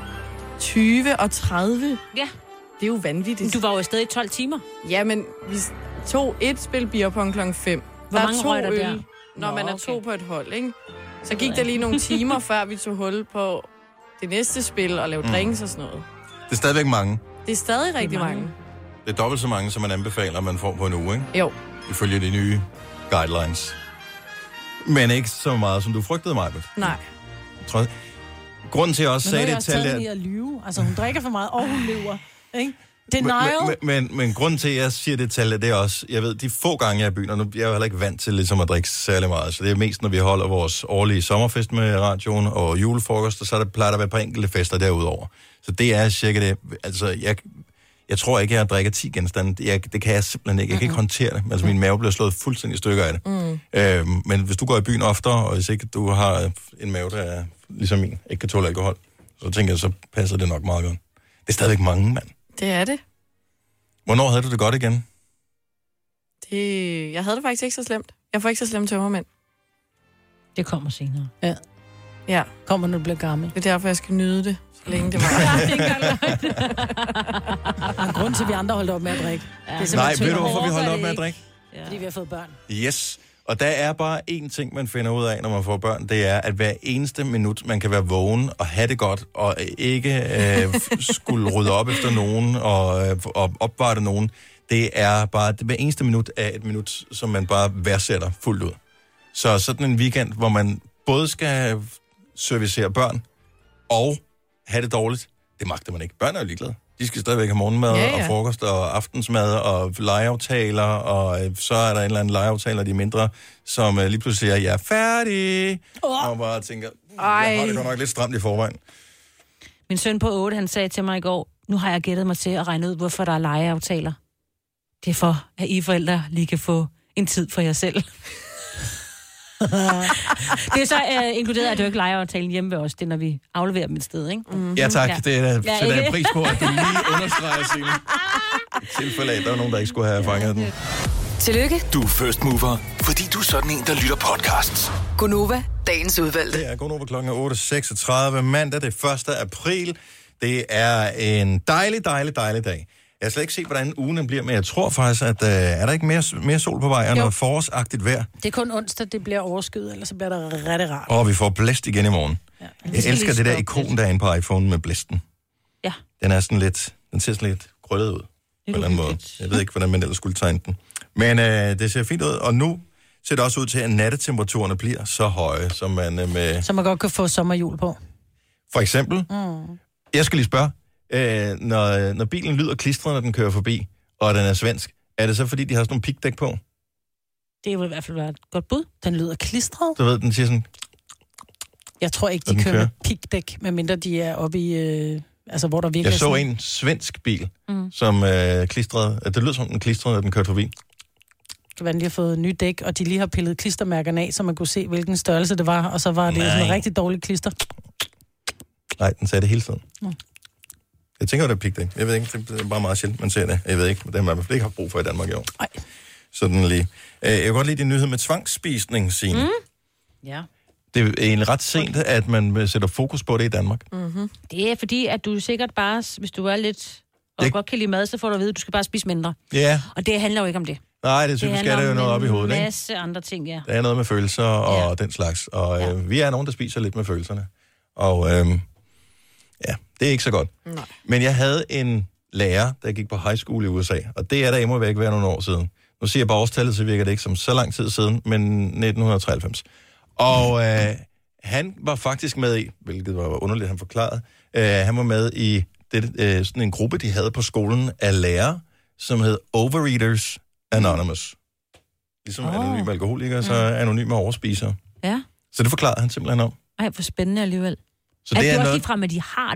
tyve og tredive. Ja. Det er jo vanvittigt. Du var jo afsted i tolv timer. Ja, men vi tog et spil beerpong klokken fem. Hvor der mange er to røg der øl, der? når Nå, man er okay. to på et hold, ikke? Så gik der lige nogle timer, før vi tog hul på det næste spil og lavede Mm. drinks og sådan noget. Det er stadigvæk mange. Det er stadig rigtig mange. Det er dobbelt så mange, som man anbefaler, man får på en uge, ikke? Jo. Ifølge de nye guidelines. Men ikke så meget, som du frygtede, Majbert. Nej. Tror jeg. Grunden til, at jeg også Men nu sagde er jeg det også tal taget der... i at lyve. Altså, hun drikker for meget, og hun lyver. Ikke? Denial. Men, men, men, men grunden til, at jeg siger det tal, det er også, jeg ved, de få gange, jeg er i byen, og nu jeg er jo heller ikke vant til ligesom, at drikke særlig meget, så det er mest, når vi holder vores årlige sommerfest med radioen og julefrokost, og så er der, plejer der at være et par enkelte fester derudover. Så det er cirka det. Altså, jeg, jeg tror ikke, jeg drikker ti genstande. Jeg, det kan jeg simpelthen ikke. Jeg kan ikke håndtere det. Altså, min mave bliver slået fuldstændig i stykker af det. Mm. Øhm, men hvis du går i byen oftere, og hvis ikke du har en mave, der er ligesom min, ikke kan tåle alkohol, så tænker jeg, så passer det nok meget godt. Det er stadigvæk mange, mand. Det er det. Hvornår havde du det godt igen? det. Jeg havde det faktisk ikke så slemt. Jeg får ikke så slemt tømmermænd. Det kommer senere. Ja. Ja. Kommer, når du bliver gammel. Det er derfor, jeg skal nyde det, så længe det var. Ja, det er ikke engang løgn. Der er en grund til, at vi andre holdt op med at drikke. Ja. Det er Nej, simpelthen ved du, hvorfor vi holder op ikke. med at drikke? Ja. Fordi vi har fået børn. Yes. Og der er bare én ting, man finder ud af, når man får børn, det er, at hver eneste minut, man kan være vågen og have det godt, og ikke øh, skulle rydde op efter nogen og, øh, og opvarte nogen, det er bare, det hver eneste minut er et minut, som man bare værdsætter fuldt ud. Så sådan en weekend, hvor man både skal servicere børn og have det dårligt, det magter man ikke. Børn er jo ligeglade. De skal stadigvæk have morgenmad ja, ja. og frokost og aftensmad og legeaftaler, og øh, så er der en eller anden legeaftaler, de er mindre, som øh, lige pludselig siger, jeg er færdig, oh. og bare tænker, jeg har det godt nok lidt stramt i forvejen. Min søn på otte, han sagde til mig i går, nu har jeg gættet mig til at regne ud, hvorfor der er legeaftaler. Det er for, at I forældre lige kan få en tid for jer selv. Det er så uh, inkluderet, at du ikke legeaftalen hjemme ved os, det er, når vi afleverer dem et sted, ikke? Mm-hmm. Ja tak, ja. det er, Ja, sætter jeg ikke? pris på, at du lige understreger, Signe. I tilfælde af, at der er nogen, der ikke skulle have fanget den. Tillykke, Du er first mover, fordi du er sådan en, der lytter podcasts. Gunova, dagens udvalgte. Det er kun over klokken otte seksogtredive mandag, det første april. Det er en dejlig, dejlig, dejlig dag. Jeg har slet ikke set, hvordan ugen bliver, men jeg tror faktisk, at øh, er der ikke mere, mere sol på vej, og Jo. noget forårsagtigt vejr. Det er kun onsdag, det bliver overskyet, ellers så bliver det rigtig rart. Og vi får blæst igen i morgen. Ja. Jeg elsker det der ikon, der er inde på iPhone med blæsten. Ja. Den er sådan lidt, den ser sådan lidt krøllet ud, på en eller anden måde. Jeg ved ikke, hvordan man ellers skulle tegne den. Men øh, det ser fint ud, og nu ser det også ud til, at nattetemperaturerne bliver så høje, som man øh, med... Så man godt kan få sommerjul på. For eksempel, Mm. jeg skal lige spørge, øh, når, når bilen lyder klistret, når den kører forbi, og den er svensk, er det så fordi, de har sådan nogle pigdæk på? Det vil i hvert fald være et godt bud. Den lyder klistret. Du ved, den siger sådan... Jeg tror ikke, Når de den kører, kører. med pigdæk, medmindre de er oppe i... Øh, altså, hvor der virkelig Jeg er så sådan- en svensk bil, Mm. som øh, klistrede... Det lyder som den klistrede, når den kørte forbi. Det kan være, de har fået nye dæk, og de lige har pillet klistermærkerne af, så man kunne se, hvilken størrelse det var, og så var det Nej. sådan en rigtig dårlig klister. Nej, den sagde det hele tiden. Nå. Jeg tænker, det er pigdæk. Jeg ved ikke, det er bare meget sjældent, man ser det. Jeg ved ikke, det har man i hvert fald ikke haft brug for i Danmark i år. Nej. Sådan lige. Øh, Jeg kan godt lide din nyhed med tvangsspisning, Signe. Mm. Ja. Det er egentlig ret sent, at man sætter fokus på det i Danmark. Mm-hmm. Det er fordi, at du sikkert bare, hvis du er lidt og Det- godt kan lide mad, så får du at vide, at du skal bare spise mindre. Ja. Og det handler jo ikke om det. Nej, det typisk er det jo noget op i hovedet, en ikke? masse andre ting, ja. Der er noget med følelser og ja. den slags. Og ja. øh, vi er nogen, der spiser lidt med følelserne. Og øh, ja, det er ikke så godt. Nej. Men jeg havde en lærer, der gik på high school i U S A. Og det er der imod væk være nogle år siden. Nu siger jeg bare årstallet, så virker det ikke som så lang tid siden, men nitten treoghalvfems. Og øh, han var faktisk med i, hvilket var underligt, han forklarede, øh, han var med i det, øh, sådan en gruppe, de havde på skolen af lærere, som hed Overeaters Anonymous. Ligesom oh. anonyme alkoholikere, så er anonyme overspisere. Ja. Så det forklarede han simpelthen om. Ej, hvor spændende alligevel. Så at det det er også noget... lige frem, at de har det.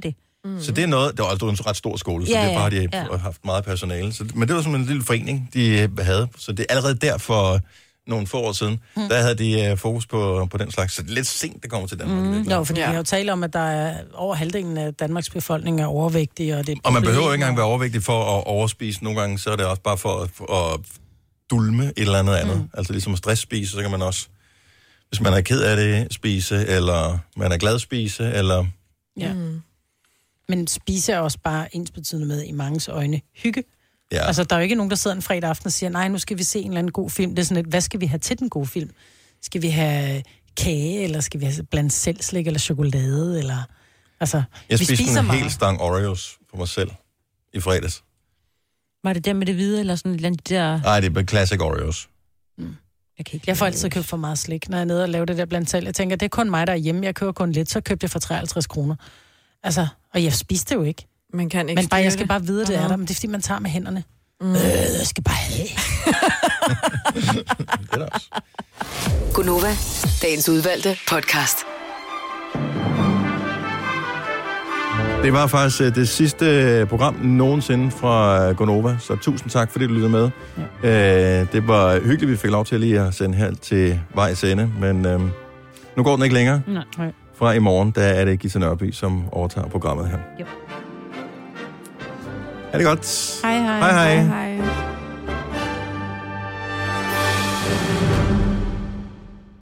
Mm. Så det er noget, det var altså en ret stor skole, så Ja, det er bare, de ja. har haft meget personale. Så, men det var som en lille forening, de havde. Så det er allerede der for nogle få år siden, mm. der havde de uh, fokus på, på den slags. Så det er lidt sent, det kommer til Danmark. Mm. Jo, fordi ja. vi har jo talt om, at der er over halvdelen af Danmarks befolkning er overvægtige. Og, det er og man behøver jo ikke engang være overvægtig for at overspise. Nogle gange så er det også bare for at, for at dulme et eller andet andet. Mm. Altså ligesom at stressspise, så kan man også, hvis man er ked af det, spise, eller man er glad spise, eller... Ja. Mm. Men spise er også bare ensbetydende med i manges øjne hygge. Ja. Altså, der er jo ikke nogen, der sidder en fredag aften og siger, nej, nu skal vi se en eller anden god film. Det er sådan et, hvad skal vi have til den gode film? Skal vi have kage, eller skal vi have blandt selv slik, eller chokolade, eller... Altså, jeg vi spiste spiser en meget. hel stang Oreos for mig selv i fredags. Var det der med det hvide, eller sådan lidt der... Nej, det er Classic Oreos. Mm. Jeg, kan ikke jeg får altid købt for meget slik, når jeg er nede og laver det der blandt selv. Jeg tænker, det er kun mig, der er hjemme. Jeg køber kun lidt, så købte jeg for treoghalvtreds kroner. Altså, og jeg spiste det jo ikke. Man kan ikke Men bare, jeg skal det. bare vide, det er der. Men det er, fordi man tager med hænderne. Mm. Øh, jeg skal bare have. Det er der også. Gunova, dagens udvalgte podcast. Det var faktisk uh, det sidste program nogensinde fra uh, Gonova, så tusind tak, fordi du lyttede med. Ja. Uh, det var hyggeligt, vi fik lov til lige at sende her til vejs ende, men uh, nu går den ikke længere. Nej. Fra i morgen, der er det Gita Nørby, som overtager programmet her. Jo. Ha' det godt. Hej hej. Hej hej. hej, hej.